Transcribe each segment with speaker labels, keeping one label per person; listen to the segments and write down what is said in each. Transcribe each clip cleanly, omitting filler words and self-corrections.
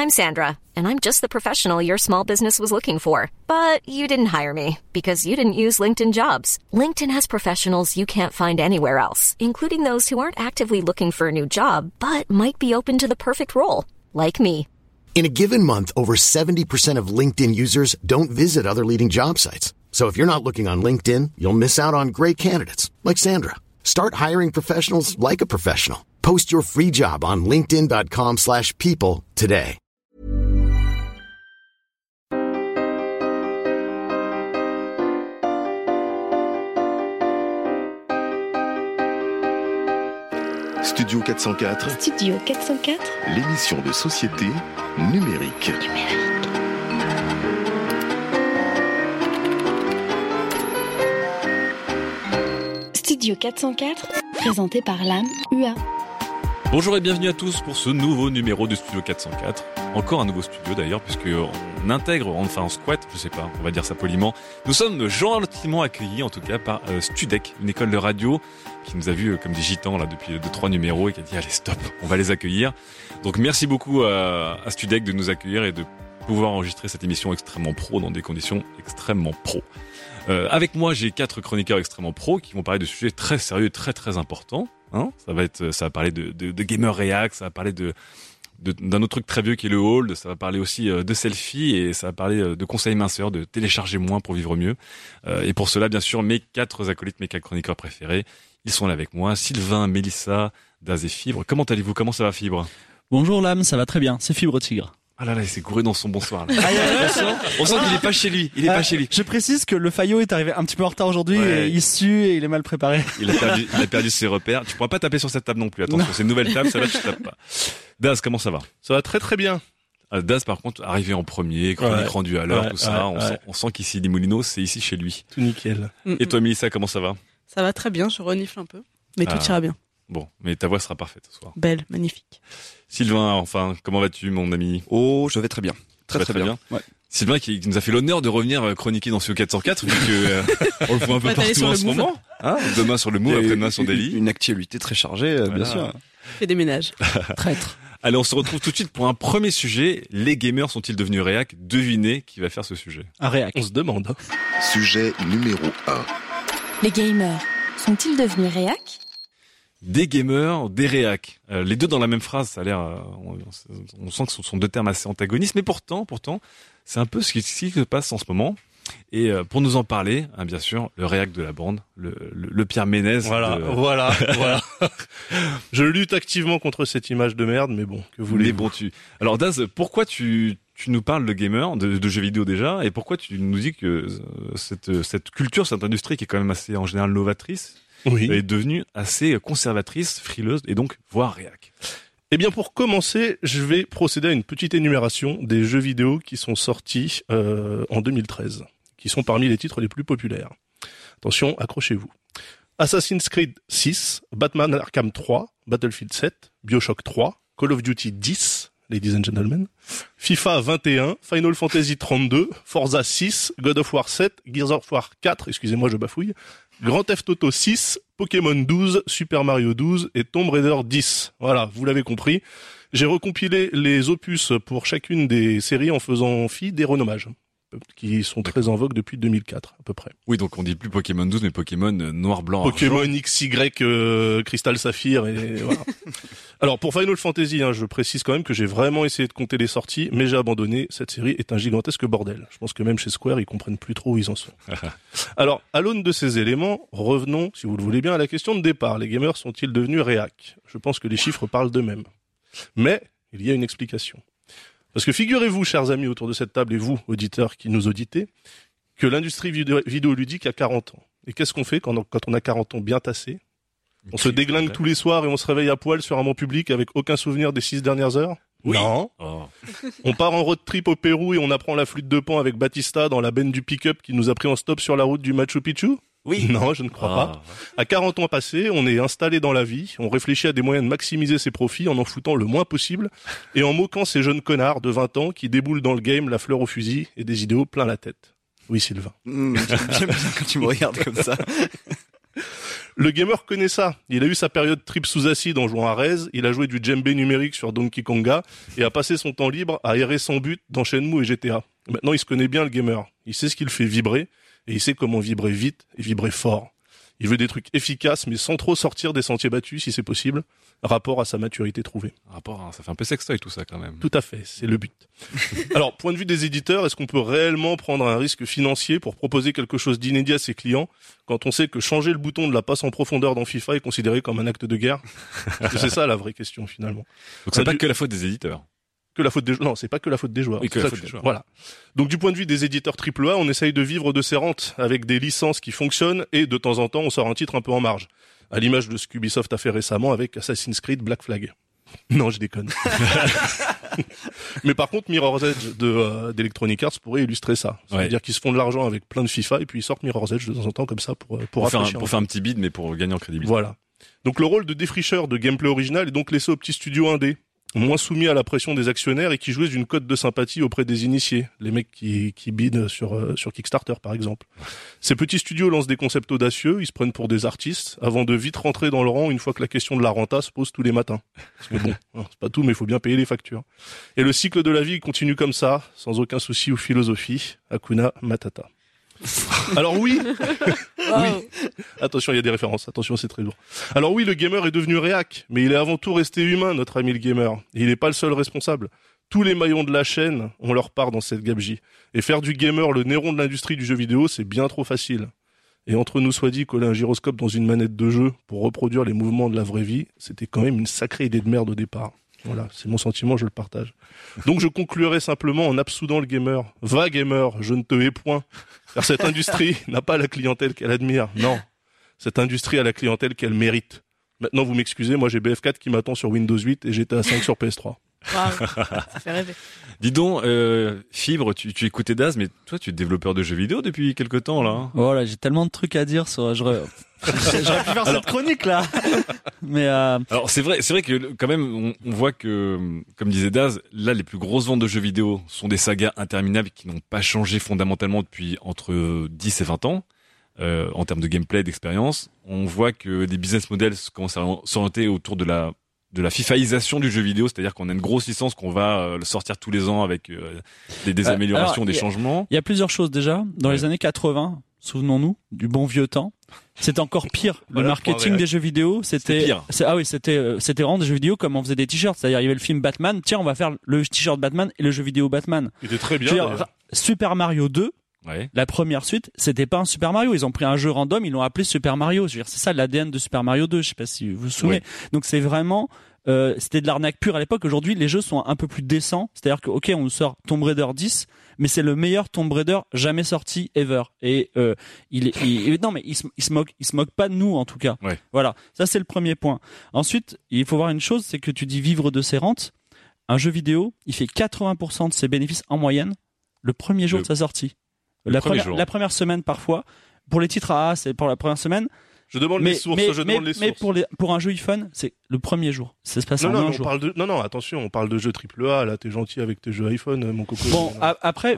Speaker 1: I'm Sandra, and I'm just the professional your small business was looking for. But you didn't hire me because you didn't use LinkedIn Jobs. LinkedIn has professionals you can't find anywhere else, including those who aren't actively looking for a new job, but might be open to the perfect role, like me.
Speaker 2: In a given month, over 70% of LinkedIn users don't visit other leading job sites. So if you're not looking on LinkedIn, you'll miss out on great candidates, like Sandra. Start hiring professionals like a professional. Post your free job on linkedin.com/people today.
Speaker 3: Studio 404.
Speaker 4: Studio 404.
Speaker 3: L'émission de société numérique.
Speaker 4: Studio 404, présenté par l'âme UA.
Speaker 5: Bonjour et bienvenue à tous pour ce nouveau numéro de Studio 404. Encore un nouveau studio d'ailleurs, puisqu'on intègre, enfin on squatte, je sais pas, on va dire ça poliment. Nous sommes gentiment accueillis en tout cas par Studek, une école de radio qui nous a vus comme des gitans là depuis 2-3 numéros et qui a dit allez stop, on va les accueillir. Donc merci beaucoup à Studek de nous accueillir et de pouvoir enregistrer cette émission extrêmement pro dans des conditions extrêmement pro. Avec moi, j'ai 4 chroniqueurs extrêmement pros qui vont parler de sujets très sérieux, très très importants. Hein, ça va parler de Gamer React, ça va parler d'un autre truc très vieux qui est le hold, ça va parler aussi de selfie et ça va parler de conseils minceurs, de télécharger moins pour vivre mieux. Et pour cela, bien sûr, mes 4 acolytes, mes 4 chroniqueurs préférés, ils sont là avec moi. Sylvain, Mélissa, Daz et Fibre. Comment allez-vous? Comment ça va, Fibre?
Speaker 6: Bonjour l'âme, ça va très bien. C'est Fibre Tigre.
Speaker 5: Ah là là, il s'est gouré dans son bonsoir. Là. On sent qu'il est pas chez lui. Il est pas chez lui.
Speaker 6: Je précise que le Fayot est arrivé un petit peu en retard aujourd'hui et il sue et il est mal préparé.
Speaker 5: Il a perdu ses repères. Tu pourras pas taper sur cette table non plus. Attention, c'est une nouvelle table, celle-là tu tapes pas. Daz, comment ça va?
Speaker 7: Ça va très très bien.
Speaker 5: Daz, par contre, arrivé en premier, chronique rendue à l'heure, tout ça. On sent qu'ici, les Moulineaux, c'est ici chez lui.
Speaker 7: Tout nickel.
Speaker 5: Et toi, Mélissa, comment ça va?
Speaker 8: Ça va très bien, je renifle un peu. Mais tout ira bien.
Speaker 5: Bon, mais ta voix sera parfaite ce soir.
Speaker 8: Belle, magnifique.
Speaker 5: Sylvain, enfin, comment vas-tu, mon ami?
Speaker 9: Oh, je vais très bien. Très bien.
Speaker 5: Ouais. Sylvain qui nous a fait l'honneur de revenir chroniquer dans ce 404 vu que on le voit un peu partout en ce moment. Hein, demain sur le Move, après-demain sur Daily.
Speaker 9: Une actualité très chargée, voilà. Bien sûr.
Speaker 8: Fais des ménages.
Speaker 6: Traître.
Speaker 5: Allez, on se retrouve tout de suite pour un premier sujet. Les gamers sont-ils devenus réac? Devinez qui va faire ce sujet.
Speaker 6: Un réac.
Speaker 7: On se demande.
Speaker 3: Sujet numéro 1.
Speaker 4: Les gamers sont-ils devenus réac?
Speaker 5: Des gamers, des réacs. Les deux dans la même phrase, ça a l'air. On sent que ce sont deux termes assez antagonistes, mais pourtant, c'est un peu ce qui se passe en ce moment. Et pour nous en parler, hein, bien sûr, le réac de la bande, le Pierre Ménez.
Speaker 7: Voilà. Je lutte activement contre cette image de merde, mais bon, que voulez-vous.
Speaker 5: Mais bon, Alors Daz, pourquoi tu nous parles de gamers, de jeux vidéo déjà, et pourquoi tu nous dis que cette culture, cette industrie qui est quand même assez en général novatrice, est devenue assez conservatrice, frileuse et donc voire réac.
Speaker 7: Eh bien, pour commencer, je vais procéder à une petite énumération des jeux vidéo qui sont sortis en 2013, qui sont parmi les titres les plus populaires. Attention, accrochez-vous. Assassin's Creed 6, Batman Arkham 3, Battlefield 7, BioShock 3, Call of Duty 10, ladies and gentlemen, FIFA 21, Final Fantasy 32, Forza 6, God of War 7, Gears of War 4, excusez-moi je bafouille, Grand Theft Auto 6, Pokémon 12, Super Mario 12 et Tomb Raider 10. Voilà, vous l'avez compris. J'ai recompilé les opus pour chacune des séries en faisant fi des renommages, qui sont très en vogue depuis 2004 à peu près.
Speaker 5: Oui, donc on dit plus Pokémon 12 mais Pokémon noir, blanc,
Speaker 7: Pokémon
Speaker 5: argent.
Speaker 7: XY, Crystal Saphir et voilà. Alors pour Final Fantasy, je précise quand même que j'ai vraiment essayé de compter les sorties, mais j'ai abandonné. Cette série est un gigantesque bordel. Je pense que même chez Square, ils comprennent plus trop où ils en sont. Alors, à l'aune de ces éléments, revenons, si vous le voulez bien, à la question de départ. Les gamers sont-ils devenus réac? Je pense que les chiffres parlent d'eux-mêmes. Mais il y a une explication. Parce que figurez-vous, chers amis autour de cette table, et vous, auditeurs qui nous auditez, que l'industrie vidéoludique a 40 ans. Et qu'est-ce qu'on fait quand on a 40 ans bien tassés? On se déglingue tous les soirs et on se réveille à poil sur un banc public avec aucun souvenir des 6 dernières heures?
Speaker 5: Oui.
Speaker 7: Non.
Speaker 5: Oh.
Speaker 7: On part en road trip au Pérou et on apprend la flûte de Pan avec Batista dans la benne du pick-up qui nous a pris en stop sur la route du Machu Picchu?
Speaker 9: Oui.
Speaker 7: Non, je ne crois pas. À 40 ans passés, on est installé dans la vie, on réfléchit à des moyens de maximiser ses profits en foutant le moins possible et en moquant ces jeunes connards de 20 ans qui déboulent dans le game la fleur au fusil et des idéaux plein la tête. Oui, Sylvain.
Speaker 9: J'aime bien quand tu me regardes comme ça.
Speaker 7: Le gamer connaît ça. Il a eu sa période trip sous acide en jouant à Rez, il a joué du djembé numérique sur Donkey Konga et a passé son temps libre à errer sans but dans Shenmue et GTA. Maintenant, il se connaît bien le gamer. Il sait ce qu'il fait vibrer et il sait comment vibrer vite et vibrer fort. Il veut des trucs efficaces mais sans trop sortir des sentiers battus si c'est possible, rapport à sa maturité trouvée.
Speaker 5: Ça fait un peu sextoy tout ça quand même.
Speaker 7: Tout à fait, c'est le but. Alors, point de vue des éditeurs, est-ce qu'on peut réellement prendre un risque financier pour proposer quelque chose d'inédit à ses clients quand on sait que changer le bouton de la passe en profondeur dans FIFA est considéré comme un acte de guerre? Parce que c'est ça la vraie question finalement.
Speaker 5: Donc c'est pas que la faute des éditeurs.
Speaker 7: Que la faute des joueurs. Non, c'est pas que la faute des joueurs.
Speaker 5: Oui, que la faute des joueurs.
Speaker 7: Voilà. Donc du point de vue des éditeurs AAA, on essaye de vivre de ses rentes avec des licences qui fonctionnent et de temps en temps on sort un titre un peu en marge. À l'image de ce qu'Ubisoft a fait récemment avec Assassin's Creed Black Flag. Non, je déconne. Mais par contre, Mirror's Edge d'Electronic Arts pourrait illustrer ça. C'est-à-dire qu'ils se font de l'argent avec plein de FIFA et puis ils sortent Mirror's Edge de temps en temps comme ça pour faire
Speaker 5: un petit bid mais pour gagner en crédibilité.
Speaker 7: Voilà. Donc le rôle de défricheur de gameplay original est donc laissé aux petits studios indés, moins soumis à la pression des actionnaires et qui jouissent d'une cote de sympathie auprès des initiés, les mecs qui bident sur Kickstarter par exemple. Ces petits studios lancent des concepts audacieux, ils se prennent pour des artistes avant de vite rentrer dans le rang une fois que la question de la renta se pose tous les matins. Parce que bon, c'est pas tout mais il faut bien payer les factures. Et le cycle de la vie continue comme ça, sans aucun souci ou philosophie. Hakuna Matata. Alors oui, oui. Attention, il y a des références. Attention, c'est très lourd. Alors oui, le gamer est devenu réac, mais il est avant tout resté humain, notre ami le gamer. Et il n'est pas le seul responsable. Tous les maillons de la chaîne ont leur part dans cette gabegie. Et faire du gamer le néron de l'industrie du jeu vidéo, c'est bien trop facile. Et entre nous soit dit, coller un gyroscope dans une manette de jeu pour reproduire les mouvements de la vraie vie, c'était quand même une sacrée idée de merde au départ. Voilà, c'est mon sentiment, je le partage. Donc je conclurai simplement en absoudant le gamer. Va gamer, je ne te hais point. Car cette industrie n'a pas la clientèle qu'elle admire. Non, cette industrie a la clientèle qu'elle mérite. Maintenant, vous m'excusez, moi j'ai BF4 qui m'attend sur Windows 8 et GTA 5 sur PS3.
Speaker 8: Wow, ça fait rêver.
Speaker 5: Dis donc, Fibre, tu écoutais Daz, mais toi tu es développeur de jeux vidéo depuis quelque temps là.
Speaker 6: Voilà, j'ai tellement de trucs à dire sur... J'aurais pu faire cette chronique là. Mais
Speaker 5: alors c'est vrai que quand même on voit que, comme disait Daz, là les plus grosses ventes de jeux vidéo sont des sagas interminables qui n'ont pas changé fondamentalement depuis entre 10 et 20 ans. En termes de gameplay, d'expérience, on voit que des business models commencent à s'orienter autour de la fifaisation du jeu vidéo, c'est-à-dire qu'on a une grosse licence qu'on va sortir tous les ans avec des améliorations, des changements.
Speaker 6: Il y a plusieurs choses déjà. Dans les années 80, souvenons-nous du bon vieux temps, c'était encore pire. Le marketing des jeux vidéo, c'était
Speaker 5: pire.
Speaker 6: C'était vraiment des jeux vidéo comme on faisait des t-shirts. C'est-à-dire il y avait le film Batman, tiens on va faire le t-shirt Batman et le jeu vidéo Batman.
Speaker 7: Il était très bien.
Speaker 6: Super Mario 2.
Speaker 5: Ouais.
Speaker 6: La première suite, c'était pas un Super Mario. Ils ont pris un jeu random, ils l'ont appelé Super Mario. Je veux dire, c'est ça l'ADN de Super Mario 2. Je sais pas si vous vous souvenez. Ouais. Donc c'est vraiment, c'était de l'arnaque pure à l'époque. Aujourd'hui, les jeux sont un peu plus décents. C'est-à-dire que, ok, on nous sort Tomb Raider 10, mais c'est le meilleur Tomb Raider jamais sorti ever. Et non, mais il se moque pas de nous en tout cas.
Speaker 5: Ouais.
Speaker 6: Voilà, ça c'est le premier point. Ensuite, il faut voir une chose, c'est que tu dis vivre de ses rentes. Un jeu vidéo, il fait 80% de ses bénéfices en moyenne le premier jour de sa sortie. La première semaine parfois. Pour les titres AA, c'est pour la première semaine.
Speaker 7: Je demande les sources.
Speaker 6: Mais pour un jeu iPhone, c'est le premier jour. Ça se passe en un jour.
Speaker 7: Non, attention, on parle de jeux AAA. Là, t'es gentil avec tes jeux iPhone, mon coco.
Speaker 6: Bon, après,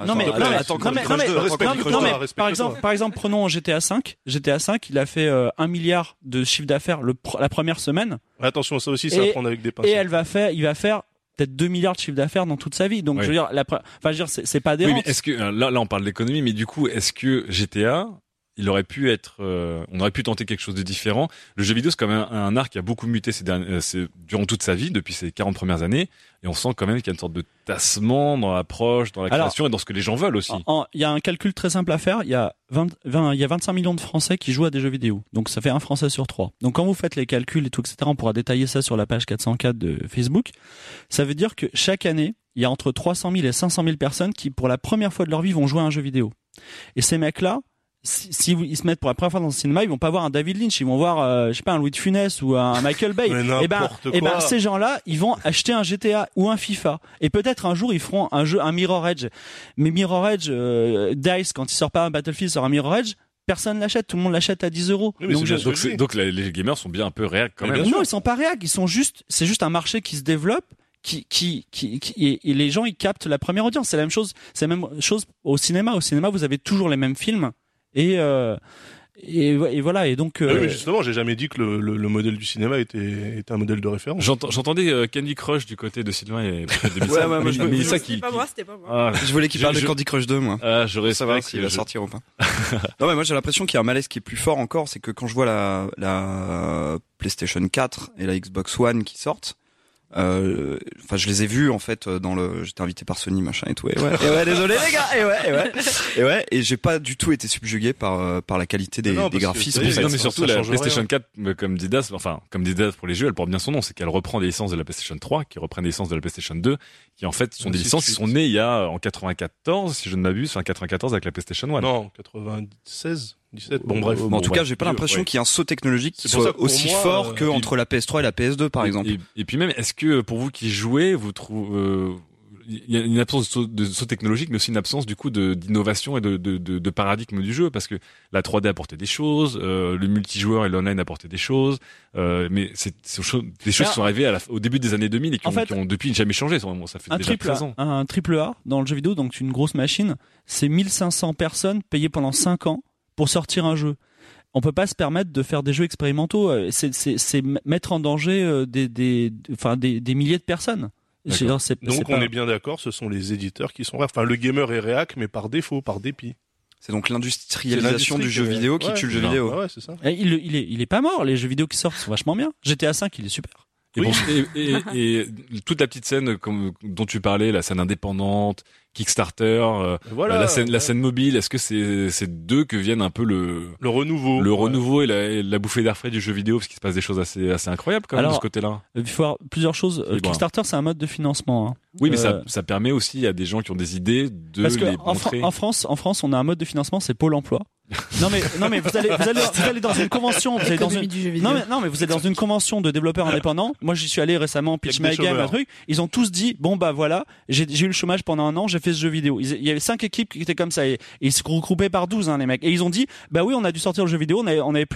Speaker 6: par exemple, prenons GTA 5. GTA 5, il a fait 1 milliard de chiffre d'affaires la première semaine.
Speaker 7: Attention, ça aussi, c'est à prendre avec des pincettes.
Speaker 6: Et il va faire peut-être 2 milliards de chiffre d'affaires dans toute sa vie. Donc, je veux dire, c'est pas des rentes.
Speaker 5: Oui, mais est-ce que, là, on parle d'économie, mais du coup, est-ce que GTA, il aurait pu être, on aurait pu tenter quelque chose de différent. Le jeu vidéo, c'est quand même un art qui a beaucoup muté durant toute sa vie, depuis ses 40 premières années. Et on sent quand même qu'il y a une sorte de tassement dans l'approche, dans la création et dans ce que les gens veulent aussi.
Speaker 6: Il y a un calcul très simple à faire. Il y a 25 millions de Français qui jouent à des jeux vidéo. Donc, ça fait un Français sur 3. Donc, quand vous faites les calculs et tout, etc., on pourra détailler ça sur la page 404 de Facebook. Ça veut dire que chaque année, il y a entre 300 000 et 500 000 personnes qui, pour la première fois de leur vie, vont jouer à un jeu vidéo. Et ces mecs-là, si ils se mettent pour la première fois dans le cinéma, ils vont pas voir un David Lynch, ils vont voir je sais pas, un Louis de Funès ou un Michael Bay. Et ben ces gens-là, ils vont acheter un GTA ou un FIFA et peut-être un jour ils feront un Mirror Edge. Mais Mirror Edge DICE, quand il sort pas un Battlefield sur un Mirror Edge, personne l'achète, tout le monde l'achèt à 10 €.
Speaker 7: Oui,
Speaker 5: donc les gamers sont bien un peu réac quand même.
Speaker 6: Non, ils sont pas réac, c'est juste un marché qui se développe. Et les gens ils captent la première audience. C'est la même chose au cinéma. Au cinéma, vous avez toujours les mêmes films et Et voilà, et donc...
Speaker 7: Oui, mais justement, j'ai jamais dit que le modèle du cinéma était un modèle de référence.
Speaker 5: J'entendais Candy Crush du côté de Sylvain et de Mélissa.
Speaker 8: mais ça c'était pas moi.
Speaker 9: Je voulais qu'il parle de Candy Crush 2, moi.
Speaker 5: J'aurais
Speaker 9: savoir s'il va sortir ou pas. Non, mais moi j'ai l'impression qu'il y a un malaise qui est plus fort encore, c'est que quand je vois la PlayStation 4 et la Xbox One qui sortent, enfin je les ai vus en fait j'étais invité par Sony machin et tout et ouais désolé les gars et j'ai pas du tout été subjugué par la qualité des graphismes.
Speaker 5: Non mais surtout la PlayStation 4 comme dit Daz pour les jeux, elle porte bien son nom, c'est qu'elle reprend des licences de la PlayStation 3 qui reprennent des licences de la PlayStation 2 qui en fait sont des licences qui sont nées il y a en 94 si je ne m'abuse, enfin 94 avec la PlayStation 1.
Speaker 7: Non, 96 17. Bon bref.
Speaker 9: En tout cas, j'ai pas l'impression qu'il y a un saut technologique qui soit aussi fort que entre la PS3 et la PS2 par exemple.
Speaker 5: Et puis même, est-ce que pour vous qui jouez, vous trouvez il y a une absence de saut technologique, mais aussi une absence du coup d'innovation et de paradigme du jeu, parce que la 3D apportait des choses, le multijoueur et l'online apportaient des choses, mais c'est des choses qui sont arrivées au début des années 2000 et qui ont depuis jamais changé. Ça fait déjà 13 ans.
Speaker 6: Un triple A dans le jeu vidéo, donc une grosse machine, c'est 1500 personnes payées pendant 5 ans pour sortir un jeu. On peut pas se permettre de faire des jeux expérimentaux. C'est mettre en danger des milliers de personnes.
Speaker 7: Donc on est bien d'accord, ce sont les éditeurs qui sont... Enfin, le gamer est réac, mais par défaut, par dépit.
Speaker 9: C'est donc l'industrialisation du jeu vidéo qui tue le jeu vidéo.
Speaker 7: Ouais, c'est ça.
Speaker 6: Il est pas mort. Les jeux vidéo qui sortent sont vachement bien. GTA 5, il est super.
Speaker 5: Et toute la petite scène dont tu parlais, la scène indépendante, Kickstarter, la scène mobile, est-ce que c'est d'eux que viennent un peu le renouveau et la bouffée d'air frais du jeu vidéo, parce qu'il se passe des choses assez incroyables quand même de ce côté-là.
Speaker 6: Il faut voir plusieurs choses. Kickstarter, c'est un mode de financement. Hein.
Speaker 5: Oui, mais ça permet aussi à des gens qui ont des idées de les montrer.
Speaker 6: En France, on a un mode de financement, c'est Pôle emploi. Non mais vous allez dans une convention, vous allez dans une vous êtes dans une convention de développeurs indépendants. Moi j'y suis allé récemment, Pitch My Game, un truc. Ils ont tous dit bon bah voilà, j'ai eu le chômage pendant un an, j'ai fait ce jeu vidéo. Il y avait 5 équipes qui étaient comme ça et ils se regroupaient par 12 les mecs. Et ils ont dit bah oui, on a dû sortir le jeu vidéo, on avait plus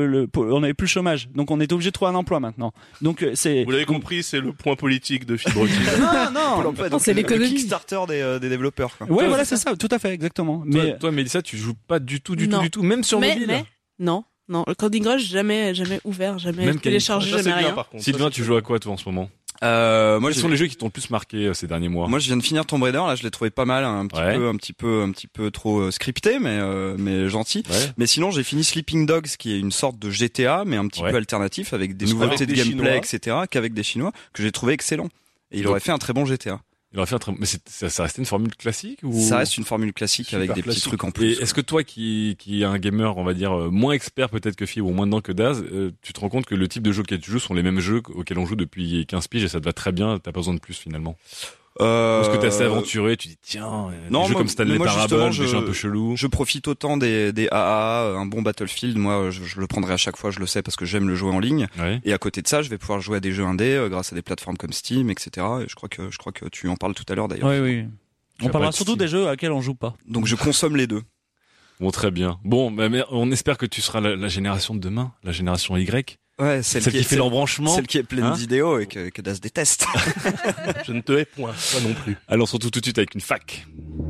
Speaker 6: le chômage. Donc on était obligé de trouver un emploi maintenant. Donc
Speaker 7: vous l'avez compris, c'est le point politique de Fibre.
Speaker 6: Non,
Speaker 8: c'est l'économie.
Speaker 9: Le Kickstarter des développeurs quoi.
Speaker 6: Ouais, voilà, c'est ça, tout à fait, exactement. Mais
Speaker 5: toi Mélissa, tu joues pas du tout, même sur mobile.
Speaker 8: Non, le Candy Crush jamais ouvert, jamais téléchargé, jamais rien.
Speaker 5: Sylvain, tu joues à quoi toi en ce moment? Quels sont les jeux qui t'ont le plus marqué ces derniers mois?
Speaker 9: Moi, je viens de finir Tomb Raider. Là, je l'ai trouvé pas mal, un petit peu trop scripté, mais gentil. Ouais. Mais sinon, j'ai fini Sleeping Dogs, qui est une sorte de GTA, mais un petit peu alternatif, avec des nouveautés de gameplay, etc., qu'avec des Chinois, que j'ai trouvé excellent. Et il aurait fait un très bon GTA.
Speaker 5: Mais ça restait une formule classique ou...
Speaker 9: Ça reste une formule classique avec des petits trucs en plus.
Speaker 5: Et est-ce que toi qui est un gamer, on va dire, moins expert peut-être que Fibre ou moins dedans que Daz, tu te rends compte que le type de jeux auxquels tu joues sont les mêmes jeux auxquels on joue depuis 15 piges et ça te va très bien, t'as pas besoin de plus finalement? Parce que t'es assez aventuré, tu dis tiens, des jeux comme Stanley Parable, des jeux un peu chelous.
Speaker 9: Je profite autant des AA, un bon Battlefield, moi je le prendrai à chaque fois, je le sais parce que j'aime le jouer en ligne. Ouais. Et à côté de ça, je vais pouvoir jouer à des jeux indés grâce à des plateformes comme Steam, etc. Et je crois que tu en parles tout à l'heure d'ailleurs.
Speaker 6: Oui. On parlera surtout des jeux auxquels on joue pas.
Speaker 9: Donc je consomme les deux.
Speaker 5: Bon, très bien. Bon, mais on espère que tu seras la génération de demain, la génération Y.
Speaker 9: Ouais, celle qui fait
Speaker 5: l'embranchement.
Speaker 9: Celle qui est pleine d'idéaux et que Das déteste.
Speaker 7: Je ne te hais point, toi non plus.
Speaker 5: Alors, surtout tout de suite avec une fac.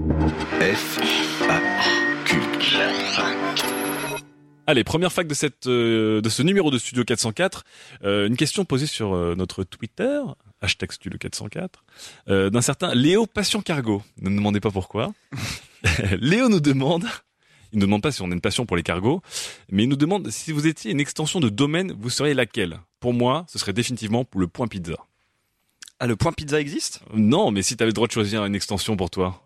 Speaker 3: F-A-Q.
Speaker 5: Allez, première fac de ce numéro de Studio 404. Une question posée sur notre Twitter, #Studio404, d'un certain Léo Passion Cargo. Ne me demandez pas pourquoi. Léo nous demande... Il ne demande pas si on a une passion pour les cargos, mais il nous demande si vous étiez une extension de domaine, vous seriez laquelle? Pour moi, ce serait définitivement pour le point pizza.
Speaker 9: Ah, le point pizza existe?
Speaker 5: Non, mais si tu avais le droit de choisir une extension pour toi.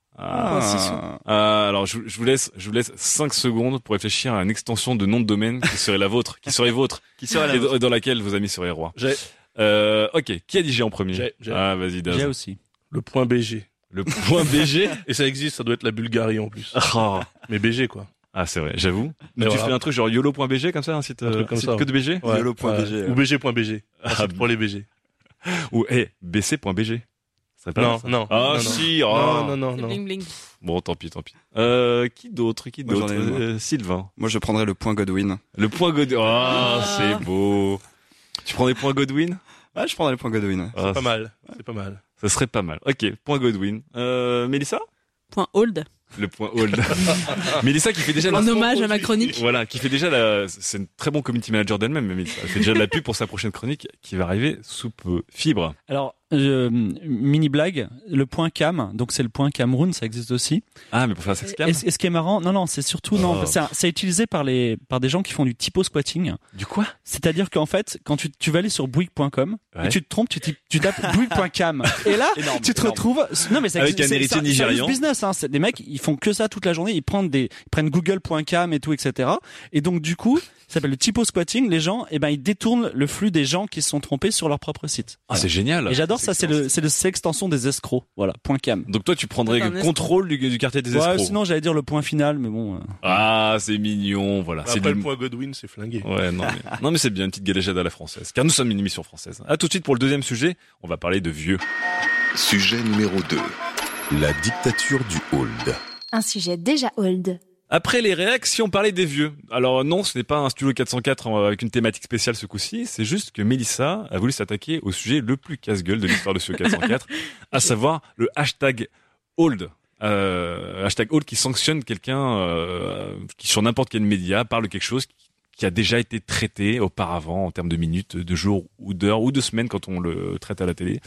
Speaker 5: Alors je vous laisse 5 secondes pour réfléchir à une extension de nom de domaine qui serait la vôtre, qui serait vôtre, et dans laquelle vos amis seraient rois. Ok, qui a dit G en premier?
Speaker 7: J'ai.
Speaker 5: Ah, vas-y, Daz.
Speaker 6: J'ai aussi.
Speaker 7: Le point BG.
Speaker 5: Le point BG?
Speaker 7: Et ça existe, ça doit être la Bulgarie en plus.
Speaker 5: Oh.
Speaker 7: Mais BG quoi.
Speaker 5: Ah, c'est vrai, j'avoue. Mais tu fais un truc genre yolo.bg comme ça, un site
Speaker 7: comme ça,
Speaker 5: que de BG?
Speaker 7: Ouais,
Speaker 9: yolo.bg.
Speaker 7: Ou BG.bg. Pour les BG.
Speaker 5: Ou bc.bg.
Speaker 7: Non.
Speaker 5: Ah,
Speaker 7: non,
Speaker 5: si,
Speaker 7: non.
Speaker 8: Bling bling.
Speaker 5: Bon, tant pis. Qui d'autre? Sylvain.
Speaker 9: Moi, je prendrais le point Godwin.
Speaker 5: Le point Godwin. Ah, c'est beau. Tu prends des points Godwin?
Speaker 9: Ah, je prendrais le point Godwin.
Speaker 7: C'est pas mal.
Speaker 5: Ça serait pas mal. Ok, point Godwin. Mélissa?
Speaker 8: Point Hold.
Speaker 5: Le point old. Mélissa qui fait déjà
Speaker 8: un hommage à ma chronique.
Speaker 5: Voilà, qui fait déjà c'est une très bon community manager d'elle-même, Mélissa. Elle fait déjà de la pub pour sa prochaine chronique qui va arriver sous peu. Fibre.
Speaker 6: Alors, mini blague, le point cam, donc c'est le point Cameroun, ça existe aussi.
Speaker 5: Ah, mais pour faire sex cam.
Speaker 6: Et ce qui est marrant, non, c'est surtout, c'est utilisé par des gens qui font du typo squatting.
Speaker 5: Du quoi?
Speaker 6: C'est-à-dire qu'en fait, quand tu vas aller sur Bouygues.com, et tu te trompes, tu tapes Bouygues.cam. Et là, tu te retrouves, non, mais
Speaker 5: avec un héritier nigérian.
Speaker 6: C'est business, hein. C'est des mecs, ils font que ça toute la journée, ils prennent Google.cam et tout, etc. Et donc, du coup, ça s'appelle le typo squatting. Les gens, ils détournent le flux des gens qui se sont trompés sur leur propre site.
Speaker 5: Ah, c'est génial.
Speaker 6: Et j'adore ça, c'est l'extension des escrocs. Voilà, .cam.
Speaker 5: Donc toi, tu prendrais le contrôle du quartier des escrocs.
Speaker 6: Sinon, j'allais dire le point final, mais bon.
Speaker 5: Ah, c'est mignon, voilà.
Speaker 7: Après, le point Godwin, c'est flingué.
Speaker 5: Ouais, non, mais c'est bien, une petite galéjade à la française. Car nous sommes une émission française. À tout de suite pour le deuxième sujet. On va parler de vieux.
Speaker 3: Sujet numéro 2. La dictature du hold.
Speaker 10: Un sujet déjà old.
Speaker 5: Après les réactions, on parlait des vieux. Alors non, ce n'est pas un Studio 404 avec une thématique spéciale ce coup-ci, c'est juste que Mélissa a voulu s'attaquer au sujet le plus casse-gueule de l'histoire de Studio 404, à savoir le hashtag old. Hashtag old qui sanctionne quelqu'un qui sur n'importe quel média parle de quelque chose qui a déjà été traité auparavant en termes de minutes, de jours ou d'heures ou de semaines quand on le traite à la télé.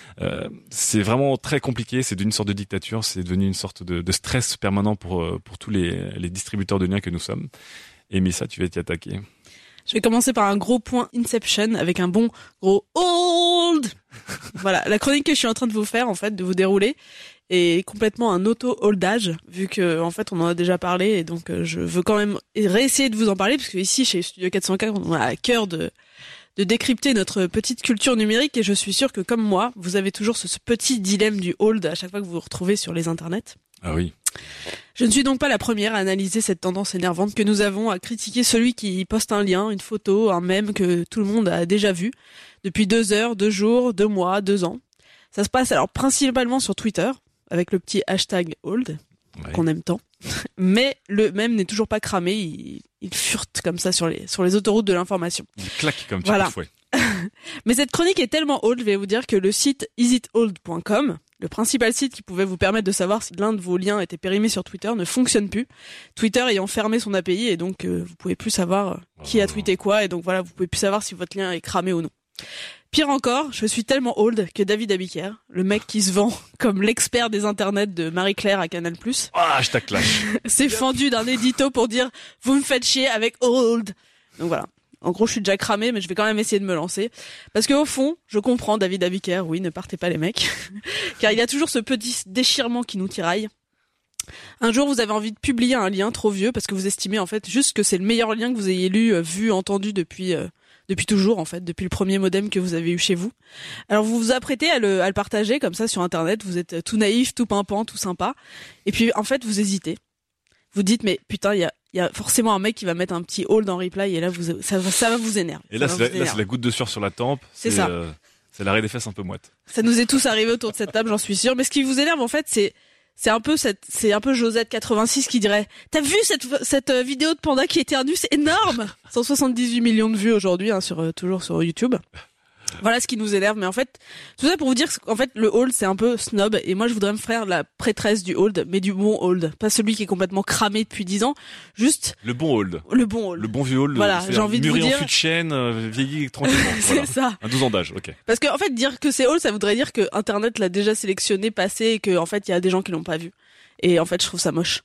Speaker 5: C'est vraiment très compliqué, c'est devenu une sorte de dictature, c'est devenu une sorte de stress permanent pour tous les distributeurs de liens que nous sommes. Et Mélissa, tu vas t'y attaquer.
Speaker 8: Je vais commencer par un gros point Inception avec un bon gros old. Voilà, la chronique que je suis en train de vous faire, en fait, de vous dérouler, est complètement un auto-holdage, vu que en fait on en a déjà parlé, et donc je veux quand même réessayer de vous en parler, parce que ici chez Studio 404, on a à cœur de décrypter notre petite culture numérique, et je suis sûr que comme moi, vous avez toujours ce petit dilemme du hold à chaque fois que vous vous retrouvez sur les internets.
Speaker 5: Ah oui.
Speaker 8: Je ne suis donc pas la première à analyser cette tendance énervante que nous avons à critiquer celui qui poste un lien, une photo, un mème que tout le monde a déjà vu depuis 2 heures, 2 jours, 2 mois, 2 ans. Ça se passe alors principalement sur Twitter, avec le petit hashtag hold, qu'on aime tant. Mais le mème n'est toujours pas cramé, il furte comme ça sur les autoroutes de l'information.
Speaker 5: Il claque comme
Speaker 8: voilà.
Speaker 5: Fouet.
Speaker 8: Mais cette chronique est tellement old, je vais vous dire que le site isitold.com, le principal site qui pouvait vous permettre de savoir si l'un de vos liens était périmé sur Twitter, ne fonctionne plus. Twitter ayant fermé son API, et donc vous pouvez plus savoir qui a tweeté quoi, et donc voilà, vous pouvez plus savoir si votre lien est cramé ou non. Pire encore, je suis tellement old que David Abiker, le mec qui se vend comme l'expert des internets de Marie-Claire à Canal+,
Speaker 5: hashtag clash,
Speaker 8: s'est fendu d'un édito pour dire « Vous me faites chier avec old ». Donc voilà. En gros, je suis déjà cramé, mais je vais quand même essayer de me lancer. Parce que au fond, je comprends David Abiker, oui, ne partez pas les mecs. Car il y a toujours ce petit déchirement qui nous tiraille. Un jour, vous avez envie de publier un lien trop vieux parce que vous estimez en fait juste que c'est le meilleur lien que vous ayez lu, vu, entendu depuis toujours en fait, depuis le premier modem que vous avez eu chez vous. Alors vous vous apprêtez à le partager comme ça sur internet, vous êtes tout naïf, tout pimpant, tout sympa. Et puis en fait, vous hésitez. Vous dites mais putain, il y a forcément un mec qui va mettre un petit hold en reply, et là ça va vous énerver.
Speaker 5: Et là c'est la goutte de sueur sur la tempe.
Speaker 8: C'est ça.
Speaker 5: C'est l'arrêt des fesses un peu moite.
Speaker 8: Ça nous est tous arrivé autour de cette table, j'en suis sûre. Mais ce qui vous énerve en fait, c'est un peu Josette 86 qui dirait « T'as vu cette vidéo de panda qui éternue, c'est énorme !» 178 millions de vues aujourd'hui, hein, toujours sur YouTube. Voilà ce qui nous énerve. Mais en fait, tout ça pour vous dire qu'en fait, le hold, c'est un peu snob. Et moi, je voudrais me faire la prêtresse du hold, mais du bon hold. Pas celui qui est complètement cramé depuis 10 ans. Juste.
Speaker 5: Le bon hold.
Speaker 8: Le bon hold.
Speaker 5: Le bon vieux hold.
Speaker 8: Voilà, j'ai envie de vous dire.
Speaker 5: Mûri en fût de chêne, vieilli tranquillement.
Speaker 8: C'est
Speaker 5: voilà.
Speaker 8: ça.
Speaker 5: À 12 ans d'âge, ok.
Speaker 8: Parce que, en fait, dire que c'est hold, ça voudrait dire que Internet l'a déjà sélectionné, passé, et que, en fait, il y a des gens qui l'ont pas vu. Et en fait, je trouve ça moche.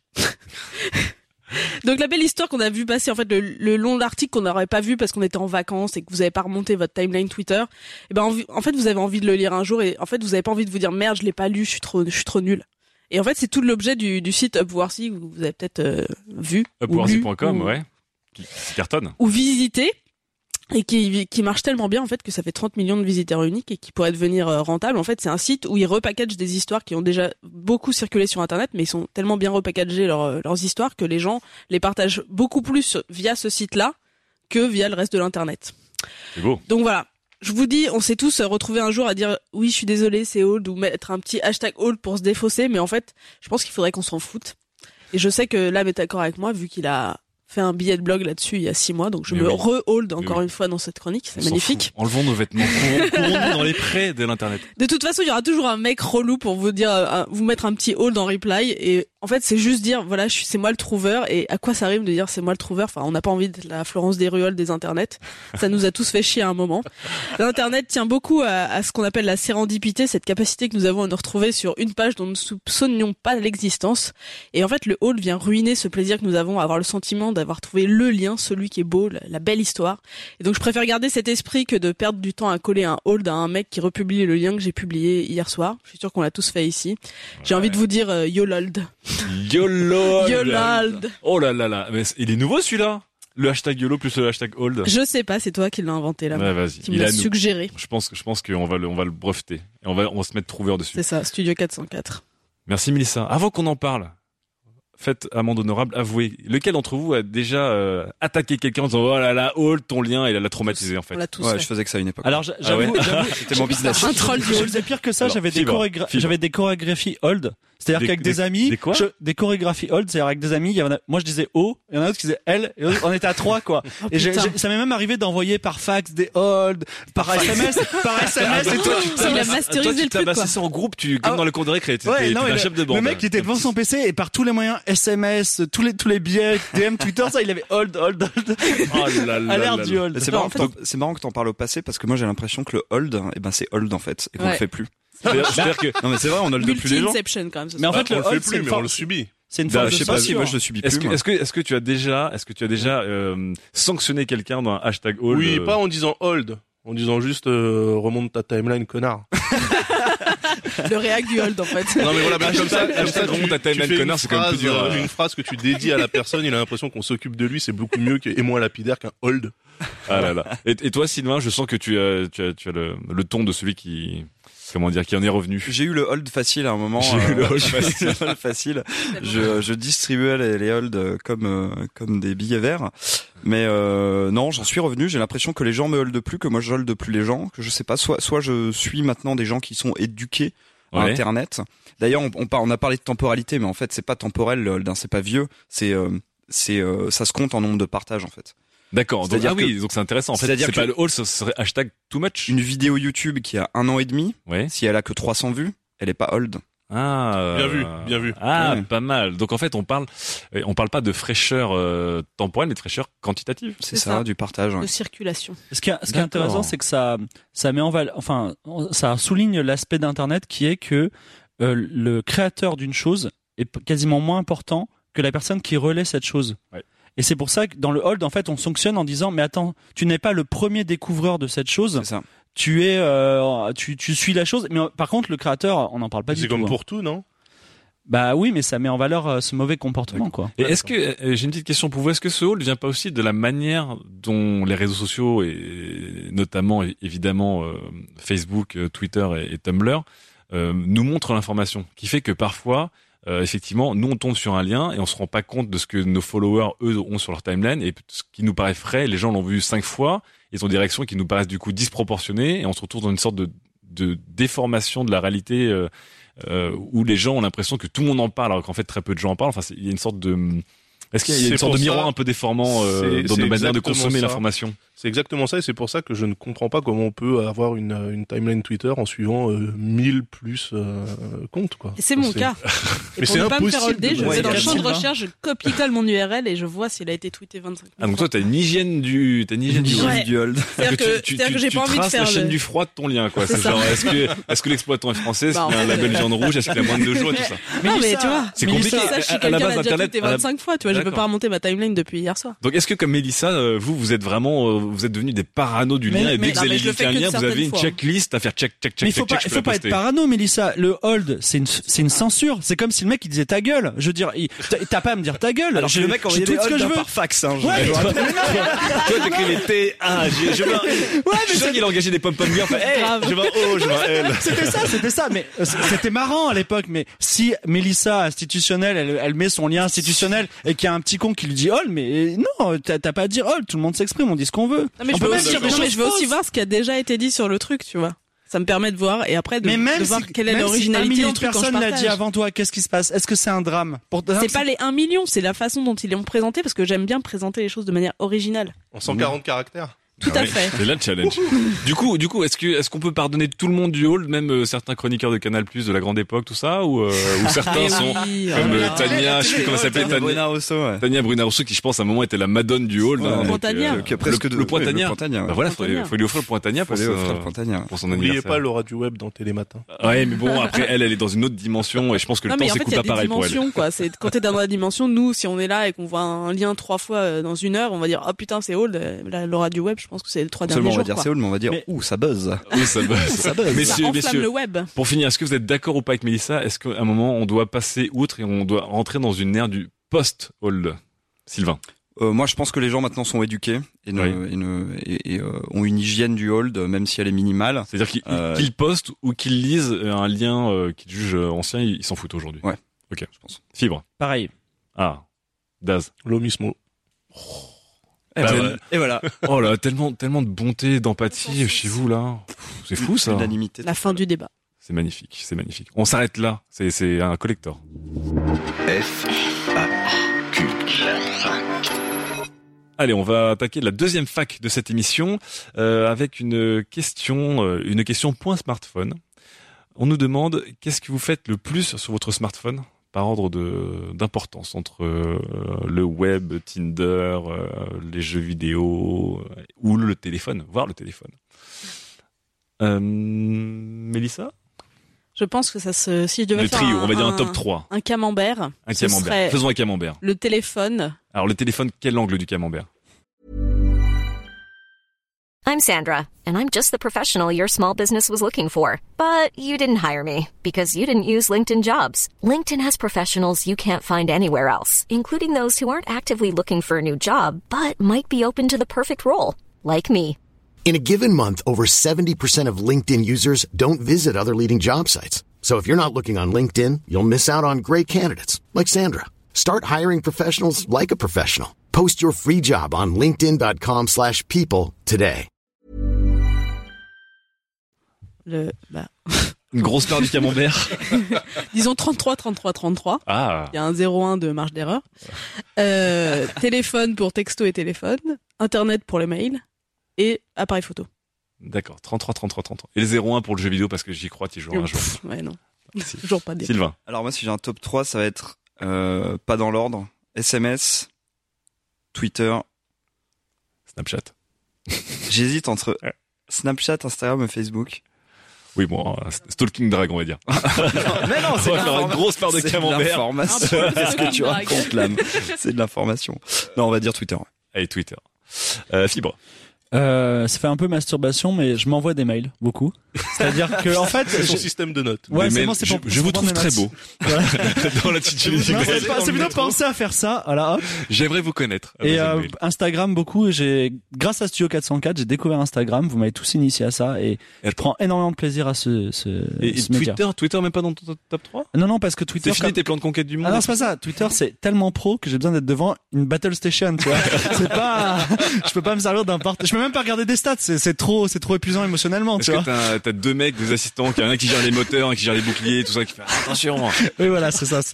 Speaker 8: Donc la belle histoire qu'on a vu passer, en fait, le long article qu'on n'aurait pas vu parce qu'on était en vacances et que vous avez pas remonté votre timeline Twitter, et ben en fait vous avez envie de le lire un jour, et en fait vous avez pas envie de vous dire merde, je l'ai pas lu, je suis trop nul. Et en fait c'est tout l'objet du site Upworthy, que vous avez peut-être vu,
Speaker 5: Upworthy.com, ouais, qui cartonne,
Speaker 8: ou visité, et qui marche tellement bien en fait que ça fait 30 millions de visiteurs uniques et qui pourrait devenir rentable. En fait, c'est un site où ils repackagent des histoires qui ont déjà beaucoup circulé sur internet, mais ils sont tellement bien repackagés leurs histoires que les gens les partagent beaucoup plus via ce site-là que via le reste de l'internet.
Speaker 5: C'est beau.
Speaker 8: Donc voilà. Je vous dis, on s'est tous retrouvés un jour à dire oui, je suis désolé, c'est old, ou mettre un petit hashtag old pour se défausser, mais en fait, je pense qu'il faudrait qu'on s'en foute. Et je sais que Lam est d'accord avec moi, vu qu'il a fait un billet de blog là-dessus il y a 6 mois, donc je me re-hold encore une fois dans cette chronique, c'est magnifique.
Speaker 5: Enlevons nos vêtements, courons-nous dans les prés de l'internet.
Speaker 8: De toute façon, il y aura toujours un mec relou pour vous dire, vous mettre un petit hold en reply, et En fait, c'est juste dire, voilà, c'est moi le trouveur, et à quoi ça rime de dire c'est moi le trouveur? Enfin, on n'a pas envie d'être la Florence Desruelles des internets. Ça nous a tous fait chier à un moment. L'internet tient beaucoup à ce qu'on appelle la sérendipité, cette capacité que nous avons à nous retrouver sur une page dont nous ne soupçonnions pas l'existence. Et en fait, le haul vient ruiner ce plaisir que nous avons à avoir le sentiment d'avoir trouvé le lien, celui qui est beau, la belle histoire. Et donc, je préfère garder cet esprit que de perdre du temps à coller un hold à un mec qui republie le lien que j'ai publié hier soir. Je suis sûr qu'on l'a tous fait ici. J'ai envie de vous dire, YOLOLD.
Speaker 5: YOLOLD. Oh là là là, mais il est nouveau celui-là. Le hashtag YOLO plus le hashtag hold.
Speaker 8: Je sais pas, c'est toi qui l'as inventé là.
Speaker 5: Ouais, vas-y.
Speaker 8: Qui me l'a suggéré.
Speaker 5: Je pense qu'on va le breveter et on va se mettre trouveur dessus.
Speaker 8: C'est ça, Studio 404.
Speaker 5: Merci Mélissa. Avant qu'on en parle, faites amende honorable, avouez. Lequel d'entre vous a déjà attaqué quelqu'un en disant oh là là, hold ton lien et il l'a traumatisé en fait.
Speaker 8: On l'a tous
Speaker 9: ouais,
Speaker 8: fait.
Speaker 9: je faisais que ça à une époque.
Speaker 6: Alors j'avoue,
Speaker 9: c'était mon business.
Speaker 8: Un troll du hold.
Speaker 6: C'est pire que ça.
Speaker 5: Alors,
Speaker 6: J'avais des chorégraphies hold. C'est-à-dire qu'avec des amis, des chorégraphies hold, c'est-à-dire avec des amis, moi je disais O, il y en a d'autres qui disaient L, et on était à 3 quoi. Et ça m'est même arrivé d'envoyer par fax des hold, par SMS et tout.
Speaker 8: Il a masterisé le truc quoi.
Speaker 5: Ça en groupe, comme dans le cours de récré, t'es un chef de bande.
Speaker 6: Le mec il était devant son PC et par tous les moyens SMS, tous les biais, DM, Twitter, ça il avait hold.
Speaker 5: Oh là là.
Speaker 6: À l'ère du hold.
Speaker 9: C'est marrant que t'en parles au passé parce que moi j'ai l'impression que le hold, c'est hold en fait et qu'on le fait plus.
Speaker 5: C'est-à-dire que
Speaker 9: non mais c'est vrai, on a le plus les gens.
Speaker 8: Multi-inception quand même.
Speaker 6: Mais en fait,
Speaker 7: on le fait plus, mais on le subit.
Speaker 6: C'est une forme
Speaker 9: je sais pas si moi je le subis plus.
Speaker 5: Est-ce que tu as déjà sanctionné quelqu'un dans un hashtag hold?
Speaker 7: Oui, pas en disant hold, en disant juste remonte ta timeline, connard.
Speaker 8: Le réac du hold en fait.
Speaker 7: Non mais voilà, comme ça
Speaker 5: remonte ta timeline, connard, c'est quand même plus dur.
Speaker 7: Une phrase que tu dédies à la personne, il a l'impression qu'on s'occupe de lui, c'est beaucoup mieux et moins lapidaire qu'un hold.
Speaker 5: Ah là là. Et toi Sylvain, je sens que tu as le ton de celui qui en est revenu.
Speaker 9: J'ai eu le hold facile à un moment.
Speaker 5: J'ai eu le hold
Speaker 9: facile. Je distribuais les holds comme des billets verts. Mais non, j'en suis revenu. J'ai l'impression que les gens me holdent plus, que moi je holde plus les gens. Que je sais pas. Soit je suis maintenant des gens qui sont éduqués à Internet. D'ailleurs, on a parlé de temporalité, mais en fait c'est pas temporel le hold. Hein, c'est pas vieux. Ça se compte en nombre de partages en fait.
Speaker 5: D'accord. Donc c'est intéressant. En fait, c'est pas le haul, ce serait hashtag too much.
Speaker 9: Une vidéo YouTube qui a 1 an et demi, si elle a que 300 vues, elle est pas hold.
Speaker 5: Ah.
Speaker 7: Bien vu.
Speaker 5: Ah, pas mal. Donc en fait, on parle pas de fraîcheur temporelle, mais de fraîcheur quantitative.
Speaker 9: C'est ça, du partage.
Speaker 8: De circulation.
Speaker 6: Ce qui est intéressant, c'est que ça met en valeur, ça souligne l'aspect d'Internet qui est que le créateur d'une chose est quasiment moins important que la personne qui relaie cette chose.
Speaker 5: Ouais.
Speaker 6: Et c'est pour ça que dans le hold, en fait, on sanctionne en disant, mais attends, tu n'es pas le premier découvreur de cette chose.
Speaker 9: C'est ça.
Speaker 6: Tu suis la chose. Mais par contre, le créateur, on n'en parle pas du tout.
Speaker 7: C'est comme pour tout, non?
Speaker 6: Bah oui, mais ça met en valeur ce mauvais comportement, quoi.
Speaker 5: Et est-ce que, j'ai une petite question pour vous, est-ce que ce hold vient pas aussi de la manière dont les réseaux sociaux et notamment, évidemment, Facebook, Twitter et Tumblr, nous montrent l'information, qui fait que parfois, effectivement, nous on tombe sur un lien et on se rend pas compte de ce que nos followers eux ont sur leur timeline et ce qui nous paraît frais, les gens l'ont vu 5 fois, ils ont des réactions qui nous paraissent du coup disproportionnées et on se retrouve dans une sorte de déformation de la réalité où les gens ont l'impression que tout le monde en parle alors qu'en fait très peu de gens en parlent. Enfin, il y a une sorte de est-ce qu'il y a une sorte de miroir un peu déformant dans nos manières de consommer l'information?
Speaker 7: C'est exactement ça et c'est pour ça que je ne comprends pas comment on peut avoir une timeline Twitter en suivant 1000 plus comptes quoi.
Speaker 8: Et c'est mon cas. Et
Speaker 7: mais
Speaker 8: pour
Speaker 7: c'est
Speaker 8: ne pas me faire
Speaker 7: impossible.
Speaker 8: holder, je vais dans le champ de
Speaker 6: Sylvain.
Speaker 8: recherche, je copie-colle mon URL et je vois s'il a été tweeté 25 000
Speaker 5: Ah donc toi t'as une hygiène du
Speaker 8: Ouais.
Speaker 9: Du hold.
Speaker 8: C'est-à-dire que j'ai pas envie de
Speaker 5: traces
Speaker 8: faire
Speaker 5: la chaîne du froid de ton lien quoi. C'est genre est-ce que l'exploitant est français, est-ce qu'il y a un label viande rouge, est-ce qu'il a moins de 2 jours et tout ça.
Speaker 8: Non mais tu vois,
Speaker 5: C'est compliqué.
Speaker 8: ça, je suis
Speaker 5: À la
Speaker 8: quelqu'un
Speaker 5: base
Speaker 8: qui a déjà
Speaker 5: Internet,
Speaker 8: tweeté 25 fois, tu vois, je peux
Speaker 5: D'accord.
Speaker 8: pas remonter ma timeline depuis hier soir.
Speaker 5: Donc est-ce que comme Mélissa, vous êtes vraiment vous êtes devenus des parano du lien et dès que vous allez
Speaker 8: je le
Speaker 5: cliquer un
Speaker 8: fais que
Speaker 5: lien, vous avez une
Speaker 8: certaines fois.
Speaker 5: checklist à faire check.
Speaker 6: Mais il faut pas être parano, Mélissa. Le hold, c'est une censure. C'est comme si le mec il disait ta gueule. Je veux dire, t'as pas à me dire ta gueule.
Speaker 9: Alors que le mec envoyait des
Speaker 6: tweet ce que je
Speaker 9: holds
Speaker 6: veux.
Speaker 9: par fax, hein.
Speaker 6: Ouais, mais
Speaker 5: Toi t'écrivais T-A, je veux je suis sûr qu'il a engagé des pom-pom girls. Je veux un O, je veux un L.
Speaker 6: C'était ça. Mais c'était marrant à l'époque. Mais si Mélissa institutionnelle, elle met son lien institutionnel et qu'il y a un petit con qui lui dit hold, mais non, t'as pas à dire hold. Tout le monde s'exprime, on dit ce qu'on veut.
Speaker 8: Non mais je veux aussi voir ce qui a déjà été dit sur le truc, tu vois. Ça me permet de voir et après de voir quelle est l'originalité
Speaker 6: du
Speaker 8: du truc quand je
Speaker 6: personne l'a dit
Speaker 8: partage.
Speaker 6: avant toi, qu'est-ce qui se passe? Est-ce que c'est un drame?
Speaker 8: C'est pas les 1 million, c'est la façon dont ils l'ont présenté parce que j'aime bien présenter les choses de manière originale.
Speaker 7: En 140 caractères.
Speaker 8: Tout à fait.
Speaker 5: C'est là le challenge. Du coup, est-ce qu'on peut pardonner tout le monde du old, même certains chroniqueurs de Canal+ de la grande époque, tout ça, ou certains sont comme Tania, je sais plus comment ça s'appelait,
Speaker 9: Bruna Rousseau, ouais.
Speaker 5: Tania Bruna Rousseau, qui je pense à un moment était la madone du old.
Speaker 9: Ouais,
Speaker 5: hein,
Speaker 8: le Pointania.
Speaker 5: donc,
Speaker 9: Le
Speaker 5: Pointania.
Speaker 9: Le Pointania, ouais.
Speaker 5: Bah voilà, faut lui offrir le Pointania pour son
Speaker 7: N'oubliez
Speaker 5: anniversaire.
Speaker 7: pas Laura du web dans Télématin.
Speaker 5: Ouais, mais bon, après elle est dans une autre dimension et je pense que le
Speaker 8: Non,
Speaker 5: temps
Speaker 8: mais en fait,
Speaker 5: s'écoule
Speaker 8: il y a
Speaker 5: pas
Speaker 8: des
Speaker 5: pareil pour elle.
Speaker 8: dimensions, quoi. C'est, quand t'es dans la dimension, nous, si on est là et qu'on voit un lien 3 fois dans 1 heure, on va dire, oh putain, c'est old. La Laura du web, je pense que c'est les 3 derniers
Speaker 9: Seulement, on
Speaker 8: jours,
Speaker 9: va dire
Speaker 8: quoi.
Speaker 9: c'est old, mais on va dire, ça buzz.
Speaker 5: Oui, ça buzz.
Speaker 9: Ça buzz.
Speaker 8: Ça enflamme le web.
Speaker 5: Pour finir, est-ce que vous êtes d'accord ou pas avec Mélissa? Est-ce qu'à un moment, on doit passer outre et on doit rentrer dans une ère du post-old? Sylvain.
Speaker 9: Moi, je pense que les gens maintenant sont éduqués et ont une hygiène du old, même si elle est minimale.
Speaker 5: C'est-à-dire qu'ils postent ou qu'ils lisent un lien qu'ils jugent ancien, ils s'en foutent aujourd'hui.
Speaker 9: Ouais.
Speaker 5: Ok.
Speaker 9: Je pense.
Speaker 5: Fibre.
Speaker 6: Pareil.
Speaker 5: Ah. Daz.
Speaker 7: Lo mismo.
Speaker 9: Et voilà.
Speaker 5: Oh là, tellement de bonté, d'empathie chez vous là. C'est fou ça.
Speaker 9: L'unanimité.
Speaker 8: La fin du débat.
Speaker 5: C'est magnifique, c'est magnifique. On s'arrête là. C'est un collector. Allez, on va attaquer la deuxième fac de cette émission avec une question point smartphone. On nous demande qu'est-ce que vous faites le plus sur votre smartphone par ordre d'importance entre le web, Tinder, les jeux vidéo ou le téléphone, voire le téléphone. Mélissa?
Speaker 8: Je pense que si je devais
Speaker 5: Le
Speaker 8: faire
Speaker 5: trio, on va dire un top 3.
Speaker 8: Un camembert.
Speaker 5: Un
Speaker 8: ce
Speaker 5: camembert.
Speaker 8: serait
Speaker 5: Faisons un camembert.
Speaker 8: Le téléphone.
Speaker 5: Alors le téléphone, quel angle du camembert?
Speaker 1: I'm Sandra, and I'm just the professional your small business was looking for. But you didn't hire me because you didn't use LinkedIn Jobs. LinkedIn has professionals you can't find anywhere else, including those who aren't actively looking for a new job, but might be open to the perfect role, like me.
Speaker 2: In a given month, over 70% of LinkedIn users don't visit other leading job sites. So if you're not looking on LinkedIn, you'll miss out on great candidates like Sandra. Start hiring professionals like a professional. Post your free job on linkedin.com/people today.
Speaker 5: Une grosse part du camembert.
Speaker 8: Disons 33.
Speaker 5: Ah.
Speaker 8: Il y a un 0,1 de marge d'erreur. Téléphone pour texto et téléphone. Internet pour les mails. Et appareil photo.
Speaker 5: D'accord, 33. Et le 0,1 pour le jeu vidéo parce que j'y crois, tu joues un jour.
Speaker 8: Ouais, non. Toujours pas des.
Speaker 5: Sylvain.
Speaker 9: Alors moi, si j'ai un top 3, ça va être pas dans l'ordre. SMS, Twitter,
Speaker 5: Snapchat.
Speaker 9: J'hésite entre Snapchat, Instagram et Facebook.
Speaker 5: Oui, bon, Stalking Drag, on va dire.
Speaker 9: Mais non, c'est
Speaker 5: une grosse part de camembert.
Speaker 9: C'est de l'information. C'est ce que tu racontes là. C'est de l'information. Non, on va dire Twitter.
Speaker 5: Allez, Twitter. Fibre.
Speaker 6: Ça fait un peu masturbation, mais je m'envoie des mails, beaucoup. C'est-à-dire que, en fait,
Speaker 7: c'est son système de notes.
Speaker 6: Ouais,
Speaker 5: mais
Speaker 6: c'est pour
Speaker 5: je vous trouve très beau. Dans l'attitude du mail.
Speaker 6: C'est plutôt penser à faire ça, voilà.
Speaker 5: J'aimerais vous connaître.
Speaker 6: Et Instagram beaucoup. Grâce à Studio 404, j'ai découvert Instagram. Vous m'avez tous initié à ça, et je prends énormément de plaisir à ce média.
Speaker 5: Twitter même pas dans ton top 3?
Speaker 6: Non, parce que Twitter.
Speaker 5: C'est fini tes plans de conquête du monde.
Speaker 6: Ah non, c'est pas ça. Twitter, c'est tellement pro que j'ai besoin d'être devant une battle station, tu vois. C'est pas, je peux pas me servir d'un je peux même pas regarder des stats. C'est trop épuisant émotionnellement, tu vois.
Speaker 5: Est-ce que t'as deux mecs, des assistants, qu'il y en a un qui gère les moteurs, un qui gère les boucliers, tout ça, qui fait attention.
Speaker 6: Oui, voilà, c'est ça,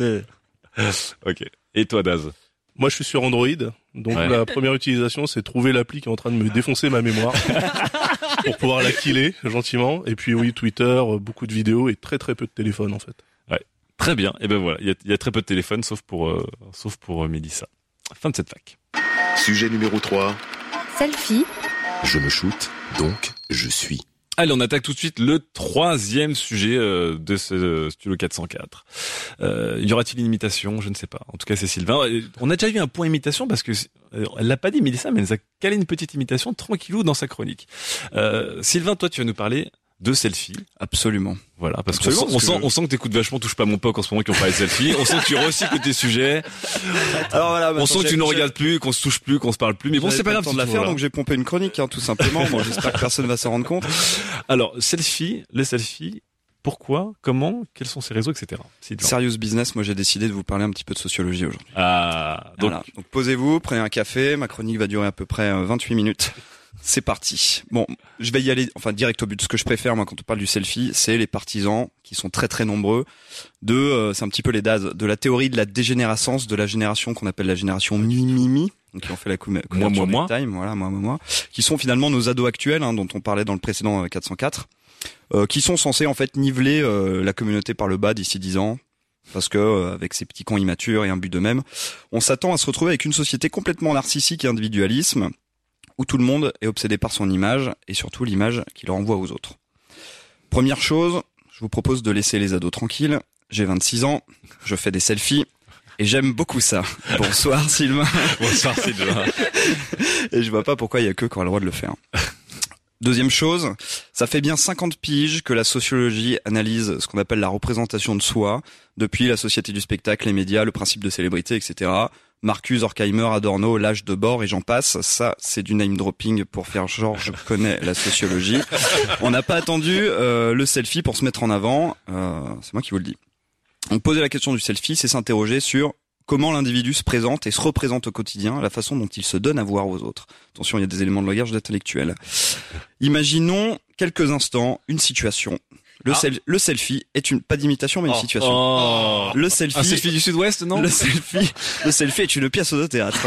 Speaker 5: Ok. Et toi, Daz?
Speaker 7: Moi, je suis sur Android. Donc, la première utilisation, c'est trouver l'appli qui est en train de me défoncer ma mémoire pour pouvoir la killer gentiment. Et puis, oui, Twitter, beaucoup de vidéos et très peu de téléphone, en fait.
Speaker 5: Ouais. Très bien. Et ben voilà. Il y a très peu de téléphone, sauf pour Mélissa. Fin de cette fac.
Speaker 3: Sujet numéro 3.
Speaker 10: Selfie.
Speaker 3: Je me shoot, donc je suis.
Speaker 5: Allez, on attaque tout de suite le troisième sujet de ce Studio 404. Y aura-t-il une imitation? Je ne sais pas. En tout cas, c'est Sylvain. On a déjà eu un point imitation parce que elle l'a pas dit, Mélissa, mais elle nous a calé une petite imitation tranquillou dans sa chronique. Sylvain, toi, tu vas nous parler de selfie.
Speaker 9: Absolument.
Speaker 5: Voilà, parce qu'on sent que t'écoutes vachement Touche pas mon poc en ce moment qui ont parlé de selfie. On sent que tu recycles tes sujets.
Speaker 9: Alors voilà,
Speaker 5: on sent que tu nous regardes plus, qu'on se touche plus, qu'on se parle plus. Mais bon, c'est pas grave.
Speaker 9: De la faire, donc j'ai pompé une chronique, tout simplement. Bon, j'espère que personne va s'en rendre compte.
Speaker 5: Alors, les selfies. Pourquoi, comment, quels sont ces réseaux, etc.
Speaker 9: Serious Business, moi j'ai décidé de vous parler un petit peu de sociologie aujourd'hui.
Speaker 5: Ah,
Speaker 9: donc posez-vous, prenez un café, ma chronique va durer à peu près 28 minutes. C'est parti. Bon, je vais y aller, direct au but. Ce que je préfère, moi, quand on parle du selfie, c'est les partisans, qui sont très très nombreux, c'est un petit peu les DAS, de la théorie de la dégénérescence de la génération qu'on appelle la génération Mimimi, donc qui ont fait la couverture
Speaker 5: moi.
Speaker 9: Time, voilà, moi, qui sont finalement nos ados actuels, dont on parlait dans le précédent 404, qui sont censés en fait niveler la communauté par le bas d'ici 10 ans. Parce que avec ces petits cons immatures et un but d'eux-mêmes, on s'attend à se retrouver avec une société complètement narcissique et individualisme, où tout le monde est obsédé par son image, et surtout l'image qu'il renvoie aux autres. Première chose, je vous propose de laisser les ados tranquilles. J'ai 26 ans, je fais des selfies, et j'aime beaucoup ça. Bonsoir Sylvain.
Speaker 5: Bonsoir Sylvain.
Speaker 9: Et je vois pas pourquoi il y a que qui ont le droit de le faire. Deuxième chose, ça fait bien 50 piges que la sociologie analyse ce qu'on appelle la représentation de soi, depuis la société du spectacle, les médias, le principe de célébrité, etc. Marcuse, Horkheimer, Adorno, l'âge de Bohr et j'en passe. Ça, c'est du name dropping pour faire genre je connais la sociologie. On n'a pas attendu le selfie pour se mettre en avant. C'est moi qui vous le dis. Donc poser la question du selfie, c'est s'interroger sur comment l'individu se présente et se représente au quotidien, la façon dont il se donne à voir aux autres. Attention, il y a des éléments de langage intellectuel. Imaginons quelques instants une situation. Le selfie est pas d'imitation, mais une situation. Le selfie.
Speaker 5: Un selfie du Sud-Ouest, non?
Speaker 9: Le selfie est une pièce de théâtre.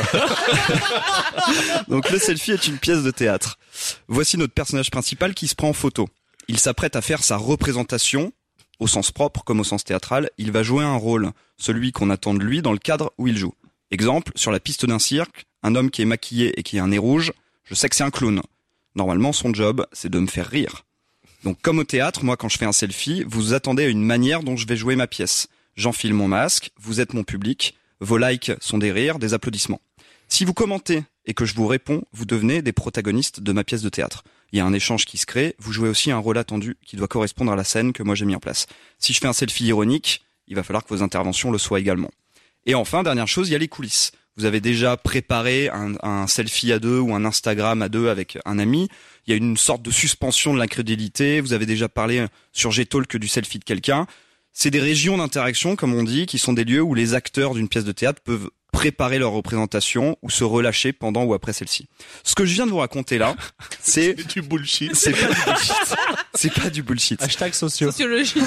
Speaker 9: Donc le selfie est une pièce de théâtre. Voici notre personnage principal qui se prend en photo. Il s'apprête à faire sa représentation, au sens propre comme au sens théâtral. Il va jouer un rôle, celui qu'on attend de lui dans le cadre où il joue. Exemple, sur la piste d'un cirque, un homme qui est maquillé et qui a un nez rouge, je sais que c'est un clown. Normalement, son job, c'est de me faire rire. Donc comme au théâtre, moi quand je fais un selfie, vous attendez à une manière dont je vais jouer ma pièce. J'enfile mon masque, vous êtes mon public, vos likes sont des rires, des applaudissements. Si vous commentez et que je vous réponds, vous devenez des protagonistes de ma pièce de théâtre. Il y a un échange qui se crée, vous jouez aussi un rôle attendu qui doit correspondre à la scène que moi j'ai mis en place. Si je fais un selfie ironique, il va falloir que vos interventions le soient également. Et enfin, dernière chose, il y a les coulisses. Vous avez déjà préparé un selfie à deux ou un Instagram à deux avec un ami. Il y a une sorte de suspension de l'incrédulité. Vous avez déjà parlé sur Gtalk du selfie de quelqu'un. C'est des régions d'interaction, comme on dit, qui sont des lieux où les acteurs d'une pièce de théâtre peuvent préparer leur représentation ou se relâcher pendant ou après celle-ci. Ce que je viens de vous raconter là, c'est
Speaker 7: du bullshit.
Speaker 9: C'est pas du bullshit. C'est pas du bullshit.
Speaker 8: Sociologie.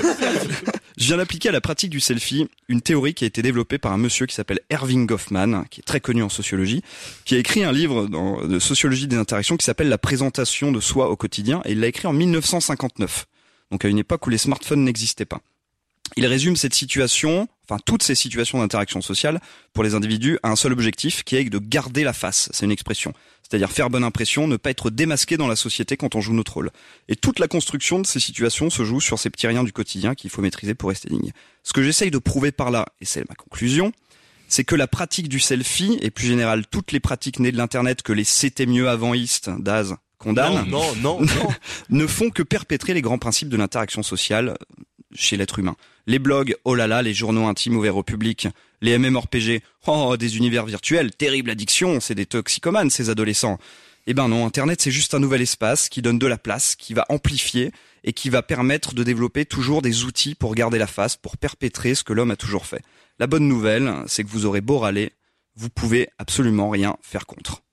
Speaker 9: Je viens d'appliquer à la pratique du selfie une théorie qui a été développée par un monsieur qui s'appelle Erving Goffman, qui est très connu en sociologie, qui a écrit un livre de sociologie des interactions qui s'appelle La présentation de soi au quotidien, et il l'a écrit en 1959. Donc à une époque où les smartphones n'existaient pas. Il résume cette situation, toutes ces situations d'interaction sociale pour les individus à un seul objectif qui est de garder la face. C'est une expression. C'est-à-dire faire bonne impression, ne pas être démasqué dans la société quand on joue notre rôle. Et toute la construction de ces situations se joue sur ces petits riens du quotidien qu'il faut maîtriser pour rester digne. Ce que j'essaye de prouver par là, et c'est ma conclusion, c'est que la pratique du selfie, et plus général toutes les pratiques nées de l'internet que les c'était mieux avanistes d'Az condamnent,
Speaker 7: non.
Speaker 9: ne font que perpétrer les grands principes de l'interaction sociale chez l'être humain. Les blogs, oh là là, les journaux intimes ouverts au public, les MMORPG, oh, des univers virtuels, terrible addiction, c'est des toxicomanes ces adolescents. Eh ben non, Internet c'est juste un nouvel espace qui donne de la place, qui va amplifier et qui va permettre de développer toujours des outils pour garder la face, pour perpétrer ce que l'homme a toujours fait. La bonne nouvelle, c'est que vous aurez beau râler, vous pouvez absolument rien faire contre.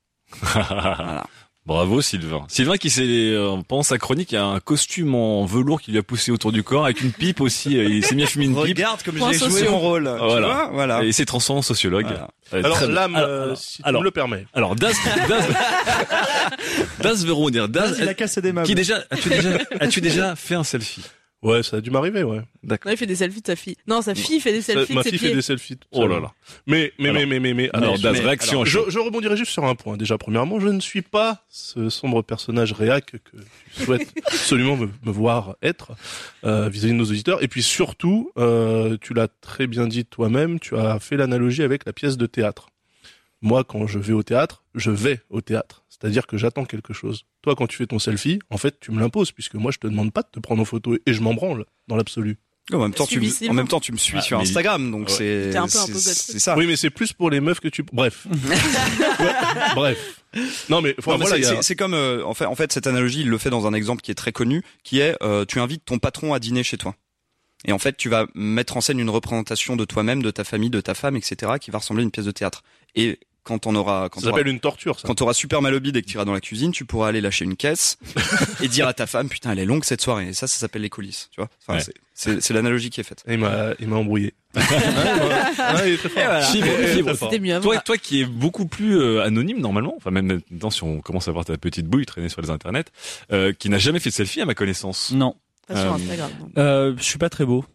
Speaker 9: Voilà.
Speaker 5: Bravo Sylvain. Sylvain qui pendant sa chronique, il y a un costume en velours qui lui a poussé autour du corps avec une pipe aussi. Il s'est mis à fumer une pipe.
Speaker 9: Regarde comme j'ai joué mon rôle.
Speaker 5: Voilà. Et il s'est transformé en sociologue.
Speaker 7: Voilà. Alors l'âme, si tu me le permets.
Speaker 5: Alors Das veut dire Das,
Speaker 6: il a cassé des meubles.
Speaker 5: As-tu déjà fait un selfie?
Speaker 7: Ouais, ça a dû m'arriver, ouais.
Speaker 8: D'accord. Non, il fait des selfies de sa fille. Non, sa fille fait des selfies de ses pieds.
Speaker 7: Ma fille fait des selfies.
Speaker 5: Oh là là.
Speaker 7: Mais.
Speaker 5: Alors, réaction.
Speaker 7: Je rebondirai juste sur un point. Déjà, premièrement, je ne suis pas ce sombre personnage réac que tu souhaites absolument me voir être, vis-à-vis de nos auditeurs. Et puis surtout, tu l'as très bien dit toi-même, tu as fait l'analogie avec la pièce de théâtre. Moi, quand je vais au théâtre, je vais au théâtre. C'est-à-dire que j'attends quelque chose. Toi, quand tu fais ton selfie, en fait, tu me l'imposes, puisque moi, je te demande pas de te prendre en photo, et je m'en branle, dans l'absolu.
Speaker 9: En même temps, tu me suis sur Instagram, donc c'est ça.
Speaker 7: Oui, mais c'est plus pour les meufs que tu... Bref. Bref. Non, mais
Speaker 9: c'est comme, en fait, cette analogie, il le fait dans un exemple qui est très connu, qui est, tu invites ton patron à dîner chez toi. Et en fait, tu vas mettre en scène une représentation de toi-même, de ta famille, de ta femme, etc., qui va ressembler à une pièce de théâtre. Et quand
Speaker 7: Ça s'appelle une torture, ça.
Speaker 9: Quand t'auras super mal au bide et que tu iras dans la cuisine, tu pourras aller lâcher une caisse et dire à ta femme, putain, elle est longue cette soirée. Et ça s'appelle les coulisses, tu vois. Enfin, c'est l'analogie qui est faite.
Speaker 7: Et il m'a embrouillé. Il est très fort.
Speaker 5: Fibre.
Speaker 8: C'était mieux avant.
Speaker 5: Toi qui es beaucoup plus anonyme normalement, enfin même maintenant si on commence à voir ta petite bouille traîner sur les internets, qui n'a jamais fait de selfie à ma connaissance.
Speaker 6: Non.
Speaker 8: Pas sur Instagram. Non.
Speaker 6: Je suis pas très beau.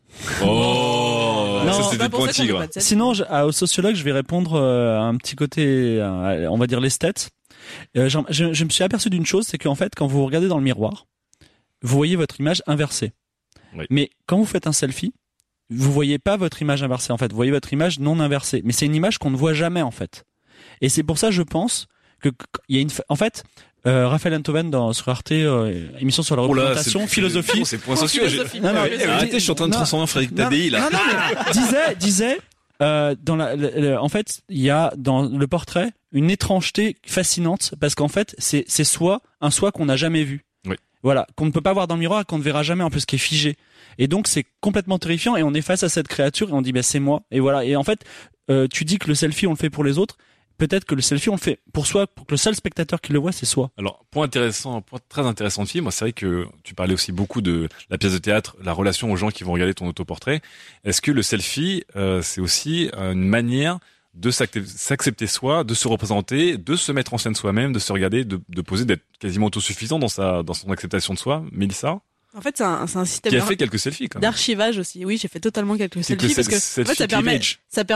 Speaker 5: Oh,
Speaker 6: Non,
Speaker 5: ça
Speaker 8: C'est
Speaker 5: c'était
Speaker 8: pas
Speaker 5: le
Speaker 8: pour
Speaker 5: point
Speaker 8: ça qu'on fait
Speaker 5: tigre.
Speaker 8: pas de selfie.
Speaker 6: Sinon, au sociologue, je vais répondre à un petit côté, on va dire l'esthète. Je me suis aperçu d'une chose, c'est qu'en fait, quand vous regardez dans le miroir, vous voyez votre image inversée.
Speaker 5: Oui.
Speaker 6: Mais quand vous faites un selfie, vous voyez pas votre image inversée en fait, vous voyez votre image non inversée. Mais c'est une image qu'on ne voit jamais en fait. Et c'est pour ça, je pense que il y a en fait. Raphaël Enthoven sur Arte, émission sur la représentation, philosophie.
Speaker 5: C'est point sociaux.
Speaker 6: Non, non,
Speaker 5: Arrêtez, je suis en train de transformer un Frédéric Tadei là.
Speaker 6: Non, mais disait, dans en fait, il y a dans le portrait une étrangeté fascinante parce qu'en fait, c'est un soi qu'on n'a jamais vu.
Speaker 5: Oui.
Speaker 6: Voilà, qu'on ne peut pas voir dans le miroir, qu'on ne verra jamais, en plus, qui est figé. Et donc, c'est complètement terrifiant et on est face à cette créature et on dit, bah, c'est moi. Et voilà. Et en fait, tu dis que le selfie, on le fait pour les autres. Peut-être que le selfie, on le fait pour soi, pour que le seul spectateur qui le voit, c'est soi.
Speaker 5: Alors, point très intéressant de film. Moi, c'est vrai que tu parlais aussi beaucoup de la pièce de théâtre, la relation aux gens qui vont regarder ton autoportrait. Est-ce que le selfie, c'est aussi une manière de s'accepter soi, de se représenter, de se mettre en scène soi-même, de se regarder, de poser, d'être quasiment autosuffisant dans son acceptation de soi? Mélissa?
Speaker 8: En fait, c'est un système
Speaker 5: Qui a fait quelques selfies, quand même.
Speaker 8: d'archivage aussi. Oui, j'ai fait totalement quelques selfies parce que en fait, ça permet putain.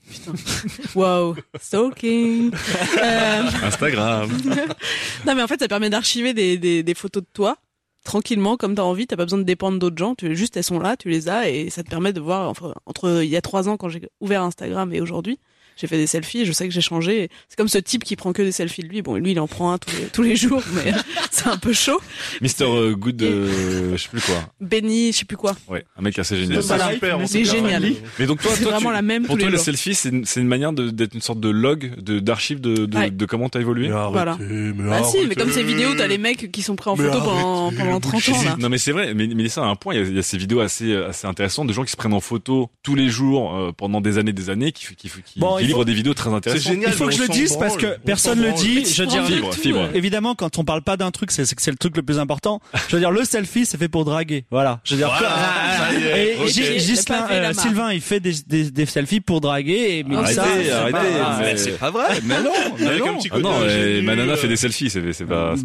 Speaker 8: Wow, stalking.
Speaker 5: Instagram.
Speaker 8: Non, mais en fait, ça permet d'archiver des photos de toi tranquillement comme t'as envie. T'as pas besoin de dépendre d'autres gens. Juste, elles sont là, tu les as et ça te permet de voir entre il y a 3 ans quand j'ai ouvert Instagram et aujourd'hui. J'ai fait des selfies et je sais que j'ai changé. C'est comme ce type qui prend que des selfies de lui. Bon, lui, il en prend un tous les jours, mais c'est un peu chaud.
Speaker 5: Mr. Good, je sais plus quoi.
Speaker 8: Benny, je sais plus quoi.
Speaker 5: Ouais, un mec assez génial.
Speaker 8: Voilà. C'est génial.
Speaker 5: Mais donc toi,
Speaker 8: c'est vraiment la même
Speaker 5: pour
Speaker 8: tous
Speaker 5: toi,
Speaker 8: les
Speaker 5: le
Speaker 8: jours.
Speaker 5: selfie, c'est une manière d'être une sorte de log, d'archive de comment t'as évolué.
Speaker 7: Mais arrêtez,
Speaker 8: Voilà.
Speaker 7: mais
Speaker 8: Si, mais
Speaker 7: arrêtez.
Speaker 8: comme ces vidéos, t'as les mecs qui sont pris en photo pendant 30 ans, là.
Speaker 5: Non mais c'est vrai, mais ça à un point, il y a ces vidéos assez intéressantes de gens qui se prennent en photo tous les jours pendant des années, qui livrent des vidéos très intéressantes.
Speaker 7: C'est génial.
Speaker 6: Il faut que je le dise parce que personne le dit. Je veux dire,
Speaker 5: fibre.
Speaker 6: Évidemment, quand on parle pas d'un truc, c'est que c'est le truc le plus important. Je veux dire, le selfie, c'est fait pour draguer. Voilà. Je veux dire, et Ghislain, Sylvain, il fait des selfies pour draguer. Et
Speaker 5: Arrêtez.
Speaker 9: C'est pas vrai. Mais non.
Speaker 7: Avec un petit côté
Speaker 5: Non,
Speaker 7: ingénieux,
Speaker 5: ma nana fait des selfies, c'est pas.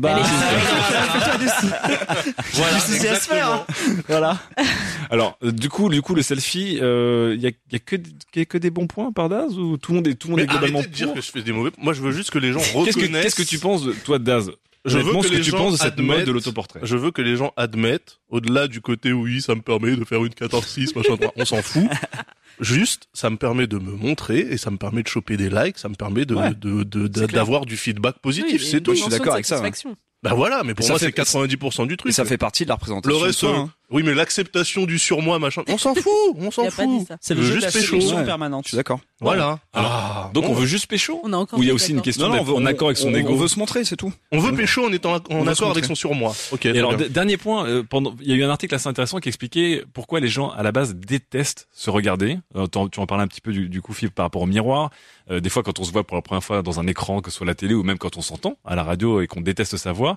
Speaker 6: Voilà. C'est à se faire. Voilà.
Speaker 5: Alors, du coup, le selfie, il y a que des bons points par Daz ou tout le monde est
Speaker 7: Mais
Speaker 5: globalement
Speaker 7: arrêtez de dire
Speaker 5: pour?
Speaker 7: que je fais des mauvais. Moi, je veux juste que les gens reconnaissent.
Speaker 5: Qu'est-ce que tu penses, toi, Daz?
Speaker 7: Je veux
Speaker 5: Honnêtement,
Speaker 7: que
Speaker 5: ce que
Speaker 7: les
Speaker 5: tu
Speaker 7: gens
Speaker 5: penses de cette mode
Speaker 7: admettent-
Speaker 5: de l'autoportrait.
Speaker 7: Je veux que les gens admettent, au-delà du côté oui, ça me permet de faire une 14-6, machin, on s'en fout. Juste, ça me permet de me montrer et ça me permet de choper des likes, ça me permet d'avoir du feedback positif, c'est tout.
Speaker 9: Je suis d'accord avec ça, hein.
Speaker 7: Bah voilà, mais pour
Speaker 9: ça
Speaker 7: moi,
Speaker 9: fait-
Speaker 7: c'est 90% du truc.
Speaker 9: Et ça fait partie de la
Speaker 7: Le
Speaker 9: représentation.
Speaker 7: reste,
Speaker 9: de soi, hein.
Speaker 7: oui, mais l'acceptation du surmoi, machin, on s'en fout, on s'en
Speaker 8: Il a pas dit
Speaker 7: fout.
Speaker 8: ça.
Speaker 6: C'est le
Speaker 7: Je
Speaker 6: jeu
Speaker 7: veux
Speaker 6: de la
Speaker 7: juste pécho.
Speaker 6: sélection
Speaker 9: Ouais.
Speaker 6: permanente.
Speaker 9: Je suis d'accord.
Speaker 7: Voilà.
Speaker 5: Donc
Speaker 7: bon.
Speaker 5: on veut juste pécho?
Speaker 8: On a encore
Speaker 5: Ou il y a
Speaker 8: fait
Speaker 5: aussi une
Speaker 8: d'accord.
Speaker 5: question d'être en accord avec son ego?
Speaker 9: On veut se montrer, c'est tout.
Speaker 7: On veut pécho en étant
Speaker 9: On
Speaker 7: en
Speaker 9: veut se
Speaker 7: accord avec
Speaker 9: montrer.
Speaker 7: son surmoi. Ok.
Speaker 5: Et
Speaker 7: très
Speaker 5: alors,
Speaker 7: bien.
Speaker 5: dernier point, il y a eu un article assez intéressant qui expliquait pourquoi les gens, à la base, détestent se regarder. Tu en parlais un petit peu du coup, Fibre, par rapport au miroir. Des fois, quand on se voit pour la première fois dans un écran, que ce soit la télé ou même quand on s'entend à la radio et qu'on déteste sa voix,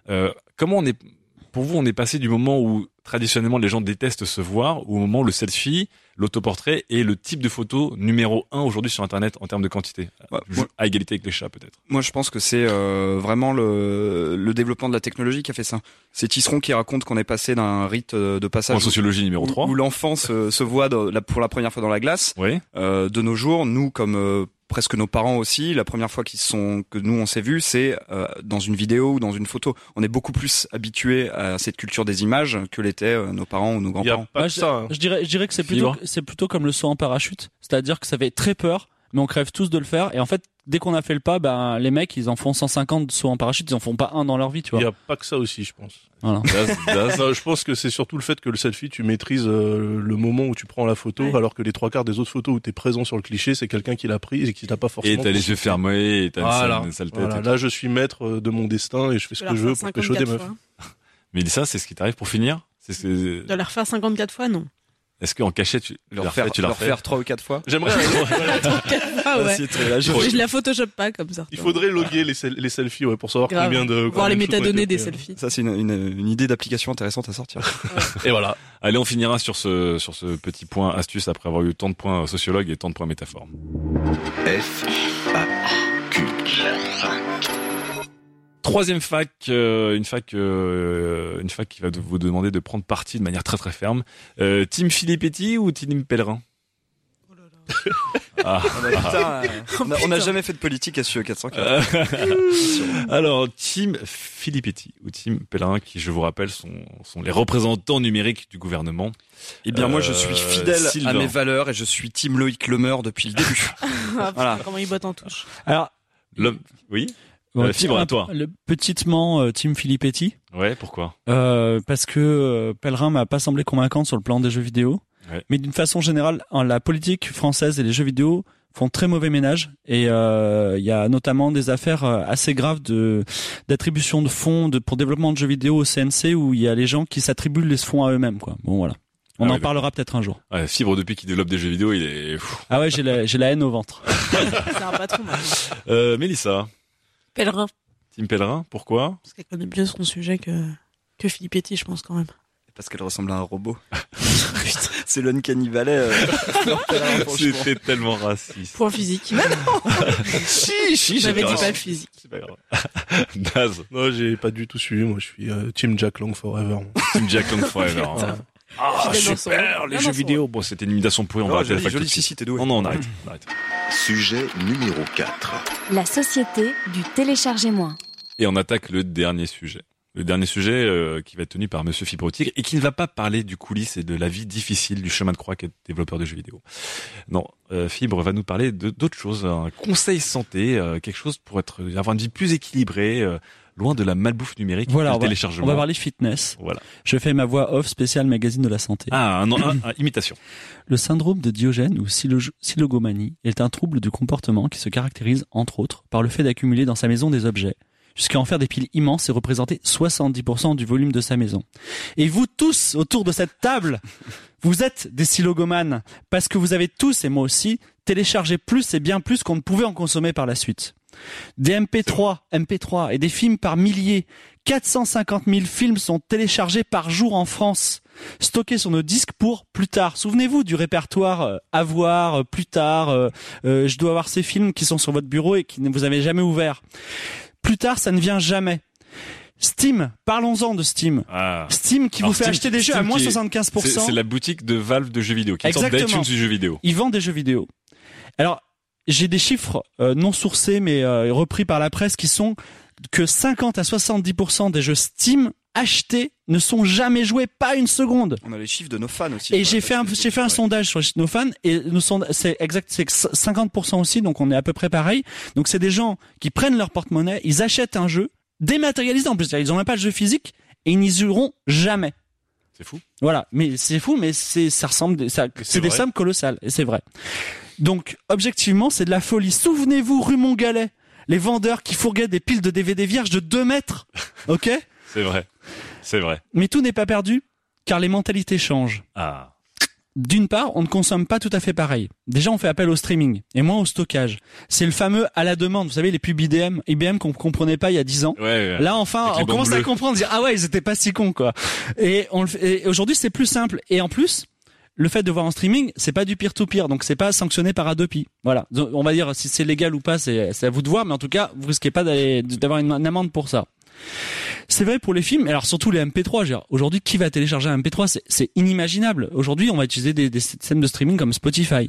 Speaker 5: pour vous, on est passé du moment où, traditionnellement, les gens détestent se voir, au moment où le selfie, l'autoportrait est le type de photo numéro 1 aujourd'hui sur Internet en termes de quantité.
Speaker 9: Ouais, moi-
Speaker 5: À égalité avec les chats, peut-être.
Speaker 9: Moi, je pense que c'est vraiment le développement de la technologie qui a fait ça. C'est Tisseron qui raconte qu'on est passé d'un rite de
Speaker 5: En
Speaker 9: passage
Speaker 5: sociologie numéro 3.
Speaker 9: où l'enfant se voit pour la première fois dans la glace.
Speaker 5: Oui.
Speaker 9: De nos jours, nous, comme presque nos parents aussi, la première fois que nous on s'est vus, c'est dans une vidéo ou dans une photo. On est beaucoup plus habitués à cette culture des images que l'étaient nos parents ou nos
Speaker 7: Il y a
Speaker 9: grands-parents.
Speaker 7: pas
Speaker 6: Moi,
Speaker 7: que ça. hein.
Speaker 6: Je dirais que
Speaker 5: Fibre.
Speaker 6: c'est plutôt comme le saut en parachute. C'est-à-dire que ça fait très peur, mais on crève tous de le faire. Et en fait, dès qu'on a fait le pas, ben, les mecs, ils en font 150 sauts en parachute, ils en font pas un dans leur vie, tu
Speaker 7: Il
Speaker 6: vois.
Speaker 7: y a pas que ça aussi, je pense.
Speaker 6: Voilà.
Speaker 7: Non, je pense que c'est surtout le fait que le selfie, tu maîtrises le moment où tu prends la photo,
Speaker 8: Ouais.
Speaker 7: alors que les 3/4 des autres photos où t'es présent sur le cliché, c'est quelqu'un qui l'a prise et qui t'a pas
Speaker 5: Et
Speaker 7: forcément.
Speaker 5: t'as les yeux fermés, et t'as
Speaker 7: Voilà.
Speaker 5: une sale tête.
Speaker 7: Voilà.
Speaker 5: et tout.
Speaker 7: Là, je suis maître de mon destin et je fais ce que je veux pour pécho des meufs.
Speaker 5: Mais ça, c'est ce qui t'arrive pour finir?
Speaker 8: De la refaire 54 fois, non.
Speaker 5: Est-ce qu'en cachette, tu
Speaker 9: leur faire 3 ou 4 fois?
Speaker 7: J'aimerais.
Speaker 8: Ah ouais.
Speaker 9: C'est très large.
Speaker 8: Je la Photoshop pas comme ça.
Speaker 7: Il faudrait loguer les selfies, ouais, pour savoir
Speaker 8: Grave.
Speaker 7: combien de.
Speaker 8: Voir les
Speaker 7: combien de shoots ont
Speaker 8: métadonnées
Speaker 7: été
Speaker 8: des
Speaker 7: faits.
Speaker 8: selfies.
Speaker 9: Ça, c'est une idée d'application intéressante à sortir.
Speaker 7: Et voilà.
Speaker 5: Allez, on finira sur ce petit point astuce après avoir eu tant de points sociologues et tant de points métaphores.
Speaker 3: FAQ.
Speaker 5: Troisième fac, une fac qui va vous demander de prendre parti de manière très très ferme. Team Filippetti ou Team Pellerin?
Speaker 9: On n'a jamais fait de politique à SUE 404.
Speaker 5: Alors, Team Filippetti ou Team Pellerin, qui, je vous rappelle, sont les représentants numériques du gouvernement.
Speaker 9: Eh bien, moi, je suis fidèle
Speaker 5: Sylvain.
Speaker 9: à mes valeurs et je suis Team Loïc Lemeur depuis le début. Voilà.
Speaker 8: Comment il botte en touche.
Speaker 6: Alors,
Speaker 5: Oui.
Speaker 6: bon,
Speaker 5: Fibre, à toi.
Speaker 6: Le petitement Team Filippetti.
Speaker 5: Ouais, pourquoi?
Speaker 6: Parce que Pellerin m'a pas semblé convaincante sur le plan des jeux vidéo.
Speaker 5: Ouais.
Speaker 6: Mais d'une façon générale, la politique française et les jeux vidéo font très mauvais ménage. Et il y a notamment des affaires assez graves d'attribution de fonds pour développement de jeux vidéo au CNC où il y a les gens qui s'attribuent les fonds à eux-mêmes, quoi. Bon, voilà. On en parlera peut-être un jour.
Speaker 5: Ouais, Fibre, depuis qu'il développe des jeux vidéo, il est...
Speaker 6: Ah ouais, j'ai la haine au ventre.
Speaker 8: C'est un patron maintenant.
Speaker 5: Mélissa,
Speaker 8: Pellerin.
Speaker 5: Team Pellerin, pourquoi?
Speaker 8: Parce qu'elle connaît mieux son sujet que Filippetti, je pense quand même.
Speaker 9: Parce qu'elle ressemble à un robot. C'est l'Uncanny Valley.
Speaker 5: C'était tellement raciste.
Speaker 8: Point physique. Mais non.
Speaker 5: Si,
Speaker 8: J'avais dit pas le physique.
Speaker 5: C'est pas grave. Naz.
Speaker 7: Non, j'ai pas du tout suivi. Moi, je suis Team Jack Long Forever.
Speaker 5: Team Jack Long Forever.
Speaker 7: Voilà.
Speaker 5: Ah,
Speaker 8: Fidèle dans
Speaker 5: super,
Speaker 8: son-
Speaker 5: les
Speaker 8: dans
Speaker 5: jeux
Speaker 8: son-
Speaker 5: vidéo. Bon, c'était une imitation pourrie, on va arrêter la fac tout de suite.
Speaker 9: si, t'es doué.
Speaker 5: Non, on arrête.
Speaker 3: Sujet numéro 4.
Speaker 10: La société du téléchargez-moi.
Speaker 5: Et on attaque le dernier sujet. Le dernier sujet qui va être tenu par Monsieur Fibre au Tigre et qui ne va pas parler du coulisses et de la vie difficile du chemin de croix qu'être développeur de jeux vidéo. Non, Fibre va nous parler d'autres choses, un conseil santé, quelque chose pour avoir une vie plus équilibrée, loin de la malbouffe numérique et
Speaker 6: Voilà,
Speaker 5: du téléchargement.
Speaker 6: on va parler fitness.
Speaker 5: Voilà.
Speaker 6: Je fais ma voix off spéciale magazine de la santé.
Speaker 5: Ah, un imitation.
Speaker 6: Le syndrome de Diogène ou silogomanie est un trouble du comportement qui se caractérise, entre autres, par le fait d'accumuler dans sa maison des objets, jusqu'à en faire des piles immenses et représenter 70% du volume de sa maison. Et vous tous, autour de cette table, vous êtes des silogomanes, parce que vous avez tous, et moi aussi, téléchargé plus et bien plus qu'on ne pouvait en consommer par la suite. Des MP3 et des films par milliers. 450 000 films sont téléchargés par jour en France, stockés sur nos disques pour plus tard. Souvenez-vous du répertoire à voir plus tard. Je dois avoir ces films qui sont sur votre bureau et qui ne vous avez jamais ouverts. Plus tard, ça ne vient jamais. Steam, parlons-en de Steam.
Speaker 5: Ah.
Speaker 6: Steam qui vous fait acheter des jeux à moins 75%.
Speaker 5: C'est la boutique de Valve de jeux vidéo, qui est une sorte
Speaker 6: Exactement.
Speaker 5: d'iTunes du jeu vidéo.
Speaker 6: Ils vendent des jeux vidéo. Alors, j'ai des chiffres non sourcés mais repris par la presse qui sont que 50 à 70% des jeux Steam achetés ne sont jamais joués, pas une seconde.
Speaker 9: On a les chiffres de nos fans aussi.
Speaker 6: Et j'ai fait un sondage sur les chiffres de nos fans et c'est 50% aussi, donc on est à peu près pareil. Donc c'est des gens qui prennent leur porte-monnaie, ils achètent un jeu dématérialisé en plus, ils ont même pas de jeu physique et ils n'y joueront jamais.
Speaker 5: C'est fou.
Speaker 6: Voilà, mais c'est fou, mais c'est des sommes colossales et c'est vrai. Donc objectivement, c'est de la folie. Souvenez-vous rue Montgalet, les vendeurs qui fourguaient des piles de DVD vierges de 2 mètres. OK ?
Speaker 5: C'est vrai.
Speaker 6: Mais tout n'est pas perdu, car les mentalités changent.
Speaker 5: Ah.
Speaker 6: D'une part, on ne consomme pas tout à fait pareil. Déjà, on fait appel au streaming, et moins au stockage. C'est le fameux à la demande. Vous savez, les pubs IBM qu'on comprenait pas il y a 10 ans.
Speaker 5: Ouais.
Speaker 6: Là, enfin, on commence à comprendre, dire, ah ouais, ils étaient pas si cons, quoi. Et aujourd'hui, c'est plus simple. Et en plus, le fait de voir en streaming, c'est pas du peer-to-peer, donc c'est pas sanctionné par Adopi. Voilà. Donc, on va dire si c'est légal ou pas, c'est à vous de voir, mais en tout cas, vous risquez pas d'avoir une amende pour ça. C'est vrai pour les films, alors surtout les MP3. Aujourd'hui, qui va télécharger un MP3 ? C'est inimaginable. Aujourd'hui, on va utiliser des systèmes de streaming comme Spotify.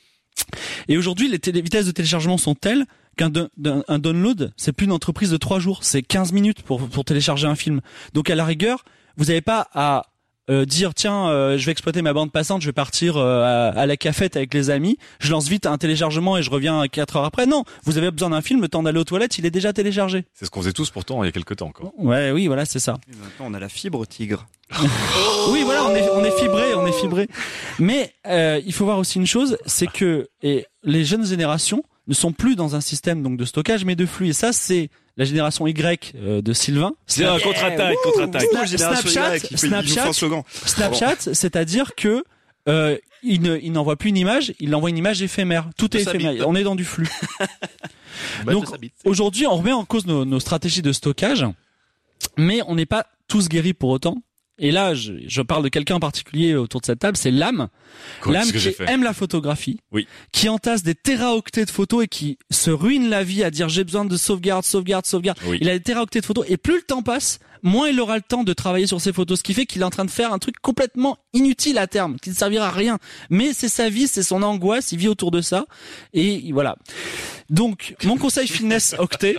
Speaker 6: Et aujourd'hui, les vitesses de téléchargement sont telles qu'un download, c'est plus une entreprise de 3 jours, c'est 15 minutes pour télécharger un film. Donc à la rigueur, vous n'avez pas à dire tiens, je vais exploiter ma bande passante, je vais partir à la cafette avec les amis, je lance vite un téléchargement et je reviens 4 heures après. Non, vous avez besoin d'un film, le temps d'aller aux toilettes, il est déjà téléchargé.
Speaker 5: C'est ce qu'on faisait tous pourtant il y a quelques temps encore.
Speaker 6: Ouais, oui, voilà, c'est ça.
Speaker 9: Et maintenant, on a la fibre tigre.
Speaker 6: Oui, voilà, on est fibré. Mais il faut voir aussi une chose, c'est que les jeunes générations ne sont plus dans un système donc de stockage, mais de flux. Et ça, c'est la génération Y de Sylvain.
Speaker 5: C'est un contre-attaque.
Speaker 6: Snapchat, c'est-à-dire que il n'envoie plus une image, il envoie une image éphémère. Tout est éphémère. On est dans du flux. Donc aujourd'hui, on remet en cause nos stratégies de stockage, mais on n'est pas tous guéris pour autant. Et là, je parle de quelqu'un en particulier autour de cette table, c'est Lame. Lame qui aime la photographie, qui entasse des téraoctets de photos et qui se ruine la vie à dire j'ai besoin de sauvegarde. Oui. Il a des téraoctets de photos et plus le temps passe, moins il aura le temps de travailler sur ses photos, ce qui fait qu'il est en train de faire un truc complètement inutile à terme, qui ne servira à rien. Mais c'est sa vie, c'est son angoisse, il vit autour de ça. Et voilà. Donc, mon conseil fitness octet.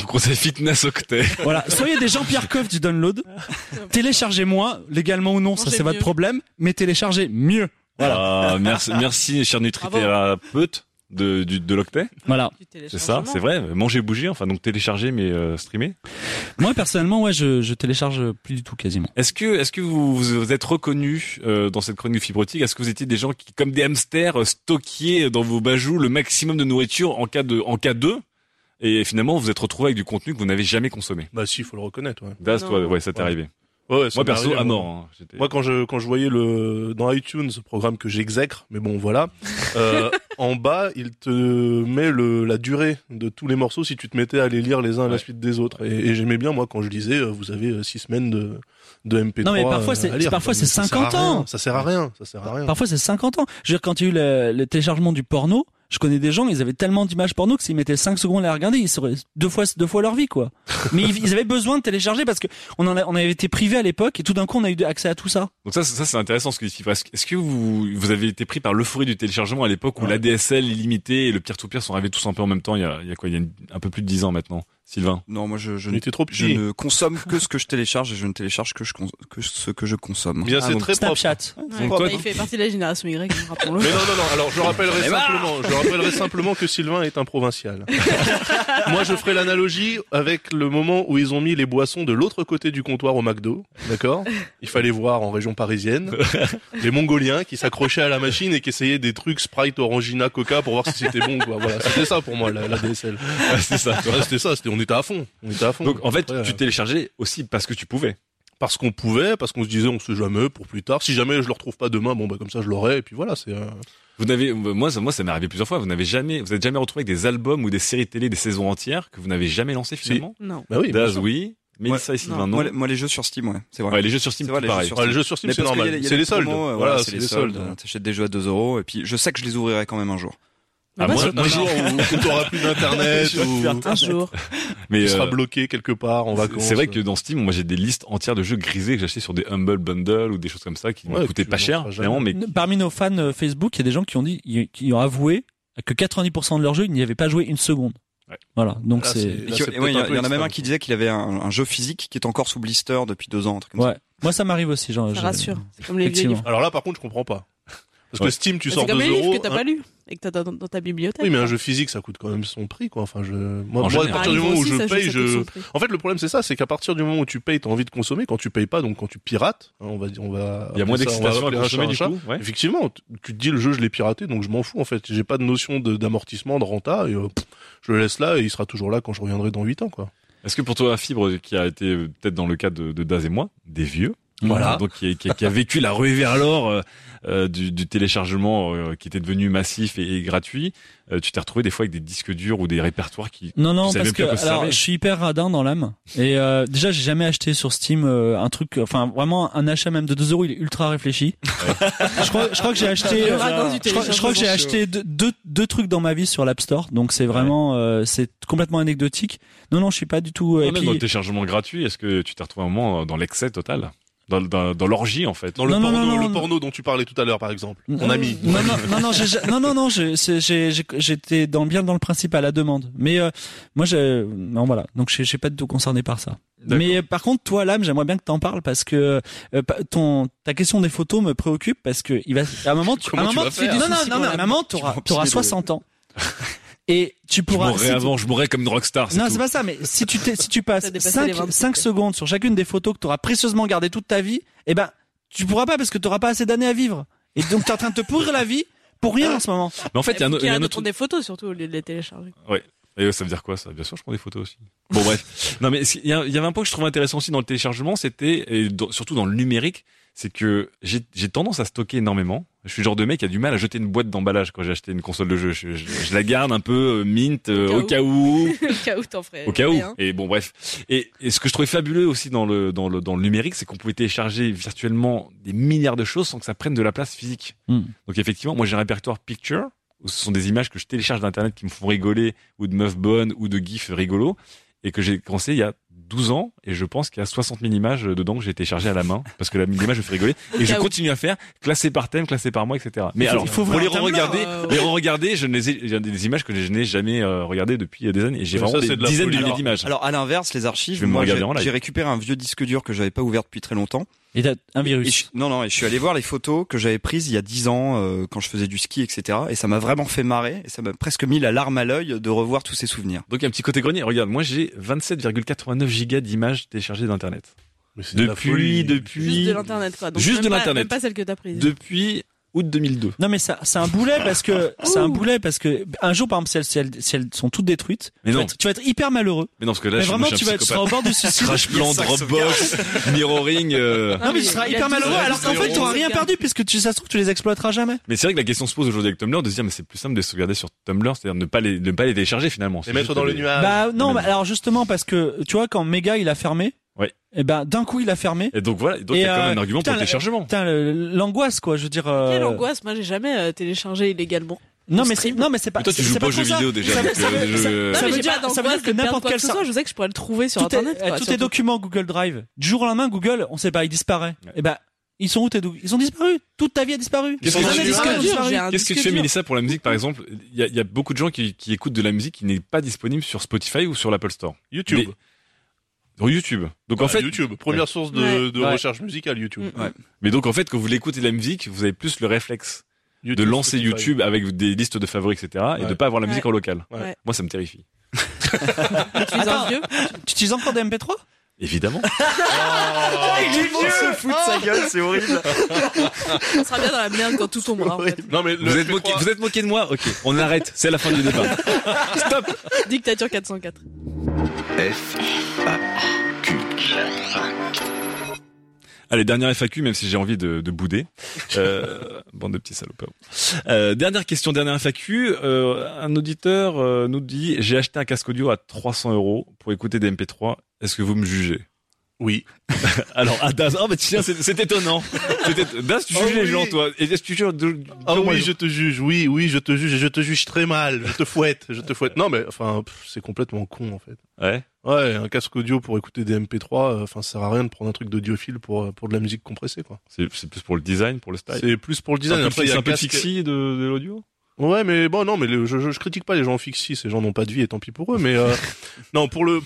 Speaker 6: Voilà. Soyez des Jean-Pierre Coff du download. Téléchargez moins, légalement ou non, ça c'est votre problème, mais téléchargez mieux. Voilà.
Speaker 5: Merci, cher nutrithérapeute de l'octet.
Speaker 6: Voilà.
Speaker 5: C'est ça, c'est vrai. Manger, bouger, enfin, donc télécharger, mais streamer.
Speaker 6: Moi, personnellement, ouais, je télécharge plus du tout, quasiment.
Speaker 5: Est-ce que vous êtes reconnus, dans cette chronique fibrotique? Est-ce que vous étiez des gens qui, comme des hamsters, stockiez dans vos bajoux le maximum de nourriture en cas d'œuf? Et finalement, vous êtes retrouvé avec du contenu que vous n'avez jamais consommé?
Speaker 7: Bah si, faut le reconnaître, ouais.
Speaker 5: Ça t'est arrivé.
Speaker 7: Ouais,
Speaker 5: moi perso à mort. Hein,
Speaker 7: moi quand je voyais dans iTunes, programme que j'exècre, mais bon voilà, en bas il te met la durée de tous les morceaux si tu te mettais à les lire les uns à la suite des autres. Et j'aimais bien moi quand je disais vous avez 6 semaines de MP3.
Speaker 6: Non mais parfois c'est 50 ans.
Speaker 7: Ça sert à rien.
Speaker 6: Parfois c'est 50 ans. Je veux dire quand il y a eu le téléchargement du porno. Je connais des gens, ils avaient tellement d'images porno que s'ils mettaient 5 secondes à les regarder, ils seraient deux fois leur vie, quoi. Mais ils avaient besoin de télécharger parce que on avait été privés à l'époque et tout d'un coup on a eu accès à tout ça.
Speaker 5: Donc ça c'est intéressant ce que dit. Est-ce que vous avez été pris par l'euphorie du téléchargement à l'époque où l'ADSL illimité et le peer-to-peer sont arrivés tous un peu en même temps? Il y a un peu plus de 10 ans maintenant. Sylvain?
Speaker 9: Non, moi je
Speaker 7: ne
Speaker 9: consomme que ce que je télécharge et je ne télécharge que ce que je consomme.
Speaker 7: Bien, c'est très
Speaker 6: Snapchat.
Speaker 8: Propre. Il fait partie de la génération Y, rappelons-le.
Speaker 7: Mais non. Alors je rappellerai simplement que Sylvain est un provincial. Moi, je ferai l'analogie avec le moment où ils ont mis les boissons de l'autre côté du comptoir au McDo. D'accord? Il fallait voir en région parisienne les Mongoliens qui s'accrochaient à la machine et qui essayaient des trucs Sprite, Orangina, Coca pour voir si c'était bon, quoi. Voilà, c'était ça pour moi la DSL.
Speaker 5: C'est ça.
Speaker 7: C'était ça. On était à fond.
Speaker 5: Donc en fait, tu téléchargeais aussi parce que tu pouvais.
Speaker 7: Parce qu'on pouvait, parce qu'on se disait on sait jamais pour plus tard. Si jamais je le retrouve pas demain, bon bah comme ça je l'aurai et puis voilà, c'est.
Speaker 5: Moi ça m'est arrivé plusieurs fois. Vous êtes jamais retrouvé avec des albums ou des séries télé, des saisons entières que vous n'avez jamais lancées finalement?
Speaker 8: Non.
Speaker 7: Bah oui.
Speaker 5: Daz, oui. Mélissa et Sylvain, non.
Speaker 9: Moi, les jeux sur Steam, ouais, c'est vrai.
Speaker 5: Ouais, les jeux sur Steam, c'est pareil.
Speaker 7: Les jeux sur Steam, c'est normal. C'est les soldes.
Speaker 9: Voilà, c'est les soldes. T'achètes des jeux à 2 €, et puis je sais que je les ouvrirai quand même un jour.
Speaker 7: Un jour où t'auras plus d'internet,
Speaker 8: un jour.
Speaker 7: Mais tu seras bloqué quelque part en vacances.
Speaker 5: C'est vrai que dans Steam, moi j'ai des listes entières de jeux grisés que j'ai achetés sur des Humble Bundle ou des choses comme ça qui me coûtaient pas cher, vraiment. Mais
Speaker 6: parmi nos fans Facebook, il y a des gens qui ont avoué que 90% de leurs jeux, ils n'y avaient pas joué une seconde. Ouais. Voilà, donc
Speaker 9: il y en a même un qui disait qu'il avait un jeu physique qui est encore sous blister depuis 2 ans, un truc comme ça.
Speaker 6: Moi ça m'arrive aussi, genre.
Speaker 8: Ça rassure. C'est comme les vieux livres.
Speaker 7: Alors là, par contre, je comprends pas. Parce que Steam, tu sors 2 €.
Speaker 8: C'est comme les livres que t'as pas lu et que t'as dans ta bibliothèque.
Speaker 7: Oui, mais un jeu physique, ça coûte quand même son prix, quoi. Enfin, moi, à partir du moment où je paye, en fait, le problème, c'est ça, c'est qu'à partir du moment où tu payes, t'as envie de consommer. Quand tu payes pas, donc quand tu pirates, on va.
Speaker 5: Il y a moins d'excitation à consommer, du coup. Ouais.
Speaker 7: Effectivement, tu te dis, le jeu, je l'ai piraté, donc je m'en fous, en fait. J'ai pas de notion d'amortissement, de renta, et je le laisse là, et il sera toujours là quand je reviendrai dans 8 ans, quoi.
Speaker 5: Est-ce que pour toi, Fibre, qui a été peut-être dans le cas de Daz et moi, des vieux,
Speaker 7: voilà.
Speaker 5: Donc qui a vécu la ruée vers l'or du téléchargement qui était devenu massif et gratuit, tu t'es retrouvé des fois avec des disques durs ou des répertoires qui
Speaker 6: non parce que alors je suis hyper radin dans l'âme et déjà j'ai jamais acheté sur Steam un truc, enfin vraiment un achat même de 2 €, il est ultra réfléchi. Ouais. je crois que j'ai acheté je crois que j'ai acheté deux trucs dans ma vie sur l'App Store, donc c'est vraiment c'est complètement anecdotique. Non je suis pas du tout
Speaker 5: même dans le téléchargement gratuit, est-ce que tu t'es retrouvé un moment dans l'excès total? Dans l'orgie, en fait.
Speaker 7: Dans le porno dont tu parlais tout à l'heure, par exemple. Mon ami.
Speaker 6: Non, j'étais bien dans le principe à la demande. Mais, non, voilà. Donc, je suis pas du tout concerné par ça. D'accord. Mais, par contre, toi, Lame, j'aimerais bien que t'en parles parce que, ta question des photos me préoccupe parce que à un moment, à un moment, t'auras 60 ans. Et tu pourras.
Speaker 5: Je mourrais comme une rockstar.
Speaker 6: Non, c'est pas ça, mais si tu passes 5 secondes sur chacune des photos que tu auras précieusement gardées toute ta vie, eh ben, tu pourras pas parce que tu auras pas assez d'années à vivre. Et donc, t'es en train de te pourrir la vie pour rien en ce moment.
Speaker 5: Mais en fait, il y a un autre.
Speaker 8: Des photos surtout au lieu de les télécharger.
Speaker 5: Ouais. Et ça veut dire quoi, ça? Bien sûr, je prends des photos aussi. Bon, bref. Non, mais il y avait un point que je trouvais intéressant aussi dans le téléchargement, c'était, surtout dans le numérique, c'est que j'ai tendance à stocker énormément. Je suis le genre de mec qui a du mal à jeter une boîte d'emballage quand j'ai acheté une console de jeu. Je la garde un peu mint au cas où.
Speaker 8: Au cas où t'en ferais.
Speaker 5: Au cas où.
Speaker 8: rien.
Speaker 5: Et bon, bref. Et ce que je trouvais fabuleux aussi dans le numérique, c'est qu'on pouvait télécharger virtuellement des milliards de choses sans que ça prenne de la place physique. Donc effectivement, moi j'ai un répertoire picture, où ce sont des images que je télécharge d'internet qui me font rigoler, ou de meufs bonnes, ou de gifs rigolos, et que j'ai commencé il y a 12 ans, et je pense qu'il y a 60 000 images dedans que j'ai téléchargées à la main, parce que l'image me fait rigoler, et je continue à faire, classé par thème, classé par mois, etc. Mais alors, pour les re-regarder, il y a des images que je n'ai jamais regardées depuis des années, et j'ai vraiment des dizaines de milliers d'images.
Speaker 9: Alors, à l'inverse, les archives,
Speaker 5: je vais me regarder en live.
Speaker 9: J'ai récupéré un vieux disque dur que j'avais pas ouvert depuis très longtemps.
Speaker 6: Et t'as un virus.
Speaker 9: Et je suis allé voir les photos que j'avais prises il y a 10 ans, quand je faisais du ski, etc. Et ça m'a vraiment fait marrer, et ça m'a presque mis la larme à l'œil de revoir tous ces souvenirs.
Speaker 5: Donc il y a un petit côté grenier. Regarde, moi j'ai 27,89 gigas d'images téléchargées d'internet.
Speaker 7: Mais c'est
Speaker 5: Depuis.
Speaker 8: Juste de l'internet, quoi. Donc
Speaker 5: Juste
Speaker 8: même
Speaker 5: de
Speaker 8: pas-
Speaker 5: l'internet.
Speaker 8: Même pas celle que t'as prise.
Speaker 5: Depuis août 2002.
Speaker 6: Non mais ça, c'est un boulet parce que un jour par exemple si elles sont toutes détruites,
Speaker 5: Mais non.
Speaker 6: tu vas être hyper malheureux.
Speaker 5: Mais non, parce que là,
Speaker 6: Mais
Speaker 5: je
Speaker 6: vraiment
Speaker 5: suis
Speaker 6: tu
Speaker 5: un
Speaker 6: vas être
Speaker 5: psychopathe.
Speaker 6: au bord du suicide.
Speaker 5: Crash plan, Dropbox, mirroring.
Speaker 6: Non mais tu seras hyper malheureux alors qu'en fait tu auras rien perdu puisque ça se trouve tu les exploiteras jamais.
Speaker 5: Mais c'est vrai que la question se pose aujourd'hui avec Tumblr de se dire mais c'est plus simple de se sauvegarder sur Tumblr, c'est-à-dire ne pas les télécharger finalement.
Speaker 7: Les mettre dans le nuage.
Speaker 6: Bah non, bah, alors justement parce que tu vois quand Mega il a fermé,
Speaker 5: ouais.
Speaker 6: Et ben d'un coup il a fermé.
Speaker 5: Et donc voilà, donc il y a quand même un argument pour le téléchargement.
Speaker 6: Putain, l'angoisse quoi, je veux dire.
Speaker 8: Quelle angoisse, moi j'ai jamais téléchargé illégalement.
Speaker 6: Non mais c'est pas.
Speaker 5: Mais toi tu joues pas aux jeux vidéo déjà.
Speaker 6: Ça veut dire que n'importe quel
Speaker 8: chose, je sais que je pourrais le trouver sur
Speaker 6: tout
Speaker 8: internet.
Speaker 6: tous tes documents Google Drive, du jour au lendemain Google, on sait pas, il disparaît. Et ben ils sont où ils ont disparu. Toute ta vie a disparu.
Speaker 5: Qu'est-ce que tu fais, Mélissa, pour la musique, par exemple? Il y a beaucoup de gens qui écoutent de la musique qui n'est pas disponible sur Spotify ou sur l'Apple Store.
Speaker 7: YouTube.
Speaker 5: Sur YouTube. Donc en fait,
Speaker 7: YouTube, première source de recherche musicale, YouTube.
Speaker 5: Ouais. Mais donc en fait, quand vous l'écoutez de la musique, vous avez plus le réflexe
Speaker 7: YouTube,
Speaker 5: de lancer
Speaker 7: Spotify.
Speaker 5: YouTube avec des listes de favoris, etc. et de pas avoir la musique en local.
Speaker 7: Ouais.
Speaker 5: Moi, ça me terrifie.
Speaker 6: Attends, tu utilises encore des MP3?
Speaker 5: Évidemment.
Speaker 9: Il est vieux, se fout de sa gueule, c'est horrible.
Speaker 8: On sera bien dans la merde quand tout tombera, en fait.
Speaker 7: Non, mais
Speaker 5: vous êtes moqué de moi? Ok. On arrête. C'est la fin du débat. Stop.
Speaker 8: Dictature 404.
Speaker 5: Allez, dernière FAQ, même si j'ai envie de bouder. Bande de petits salopards. Dernière question, dernière FAQ. Un auditeur nous dit, j'ai acheté un casque audio à 300 € pour écouter des MP3. Est-ce que vous me jugez?
Speaker 7: Oui.
Speaker 5: Alors, Daz, oh bah tiens, c'est étonnant. Daz, tu juges les gens, toi. Et est-ce que tu juges
Speaker 7: je te juge. Oui, je te juge et je te juge très mal. Je te fouette. Non, mais enfin, c'est complètement con en fait.
Speaker 5: Ouais.
Speaker 7: Ouais, un casque audio pour écouter des MP3, ça sert à rien de prendre un truc d'audiophile pour de la musique compressée, quoi.
Speaker 5: C'est plus pour le design, pour le style.
Speaker 7: C'est plus pour le design.
Speaker 5: Après, il y a un peu
Speaker 7: casque...
Speaker 5: fixie de l'audio.
Speaker 7: Ouais, mais bon, non, mais je critique pas les gens fixis, ces gens n'ont pas de vie et tant pis pour eux, mais non, pour le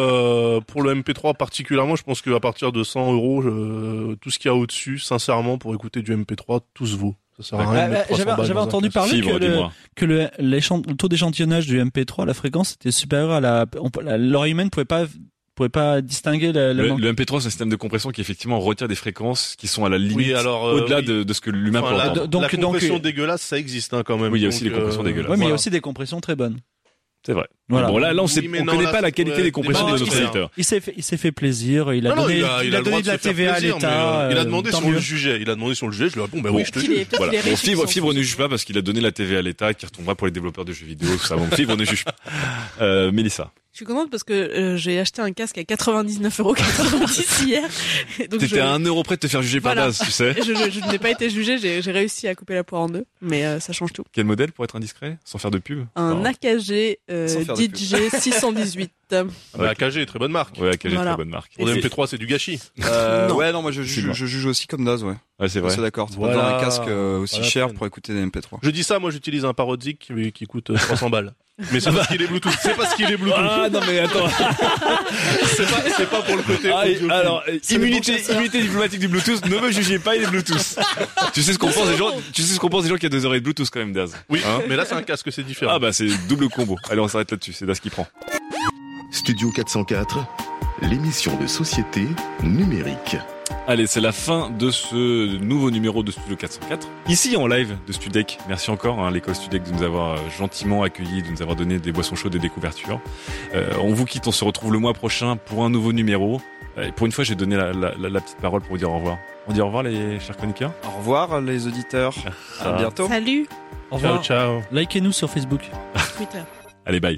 Speaker 7: MP3 particulièrement, je pense qu'à partir de 100 €, tout ce qu'il y a au-dessus, sincèrement, pour écouter du MP3, tout se vaut. Ça sert à rien de mettre 300 balles
Speaker 6: j'avais
Speaker 7: dans un
Speaker 6: entendu
Speaker 7: casque.
Speaker 6: parler
Speaker 5: Fibre,
Speaker 6: que le taux d'échantillonnage du MP3, la fréquence était supérieure à l'oreille humaine pouvait pas distinguer
Speaker 5: le MP3, c'est un système de compression qui effectivement retire des fréquences qui sont à la limite au-delà de ce que l'humain peut entendre.
Speaker 7: La compression dégueulasse, ça existe quand même.
Speaker 5: Oui, il y a aussi des compressions dégueulasses.
Speaker 6: Ouais, mais il y a aussi des compressions très bonnes.
Speaker 5: C'est vrai.
Speaker 6: Voilà.
Speaker 5: Bon, là, on connaît pas la qualité des compressions de notre éditeur.
Speaker 6: Il s'est fait plaisir, il a donné de la TVA à l'État.
Speaker 7: Il a demandé si on le jugeait. Je lui ai dit, bon, bah oui, je te juge.
Speaker 5: Voilà. Bon, Fibre ne juge pas parce qu'il a donné la TVA à l'État qui retombera pour les développeurs de jeux vidéo, tout ça. Bon, Fibre ne juge pas. Mélissa.
Speaker 8: Je suis contente parce que j'ai acheté un casque à 99,90 € hier.
Speaker 5: T'étais à 1 € près de te faire juger par Daz, tu sais.
Speaker 8: Je n'ai pas été jugé, j'ai réussi à couper la poire en deux, mais ça change tout.
Speaker 5: Quel modèle pour être indiscret, sans faire de pub?
Speaker 8: Un AKG DJ 618.
Speaker 7: AKG, très bonne marque.
Speaker 5: Ouais, AKG, très bonne marque.
Speaker 7: Pour des MP3, c'est du gâchis.
Speaker 9: Ouais, non, moi je juge aussi comme Daz, ouais.
Speaker 5: Ouais, c'est vrai.
Speaker 9: C'est d'accord. C'est pas besoin d'un casque aussi cher pour écouter des MP3.
Speaker 7: Je dis ça, moi j'utilise un Parodic qui coûte 300 balles. Mais c'est parce qu'il est Bluetooth.
Speaker 5: Ah non mais attends.
Speaker 7: c'est pas pour le côté.
Speaker 5: Alors immunité diplomatique du Bluetooth. Ne me jugez pas, il est Bluetooth. Tu sais ce qu'on pense des gens. Tu sais ce qu'on pense des gens qui a 2 oreilles de Bluetooth quand même, Daz.
Speaker 7: Oui. Mais là c'est un casque, c'est différent.
Speaker 5: Ah bah c'est double combo. Allez, on s'arrête là-dessus. C'est Daz qui prend.
Speaker 3: Studio 404, l'émission de société numérique.
Speaker 5: Allez, c'est la fin de ce nouveau numéro de Studio 404. Ici en live de Studec. Merci encore l'école Studec de nous avoir gentiment accueillis, de nous avoir donné des boissons chaudes et des couvertures. On vous quitte, on se retrouve le mois prochain pour un nouveau numéro. Et pour une fois, j'ai donné la petite parole pour vous dire au revoir. On dit au revoir les chers chroniqueurs.
Speaker 9: Au revoir les auditeurs. À bientôt.
Speaker 8: Salut.
Speaker 6: Au revoir.
Speaker 7: Ciao.
Speaker 6: Likez-nous sur Facebook.
Speaker 8: Twitter.
Speaker 5: Allez, bye.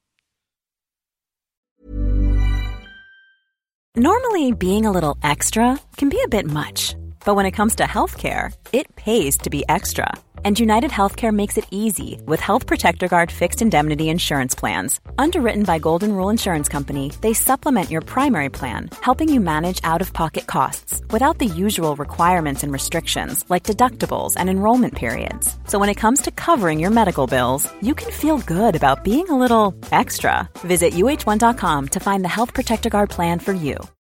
Speaker 1: Normally, being a little extra can be a bit much. But when it comes to healthcare, it pays to be extra. And United Healthcare makes it easy with Health Protector Guard fixed indemnity insurance plans. Underwritten by Golden Rule Insurance Company, they supplement your primary plan, helping you manage out-of-pocket costs without the usual requirements and restrictions like deductibles and enrollment periods. So when it comes to covering your medical bills, you can feel good about being a little extra. Visit uh1.com to find the Health Protector Guard plan for you.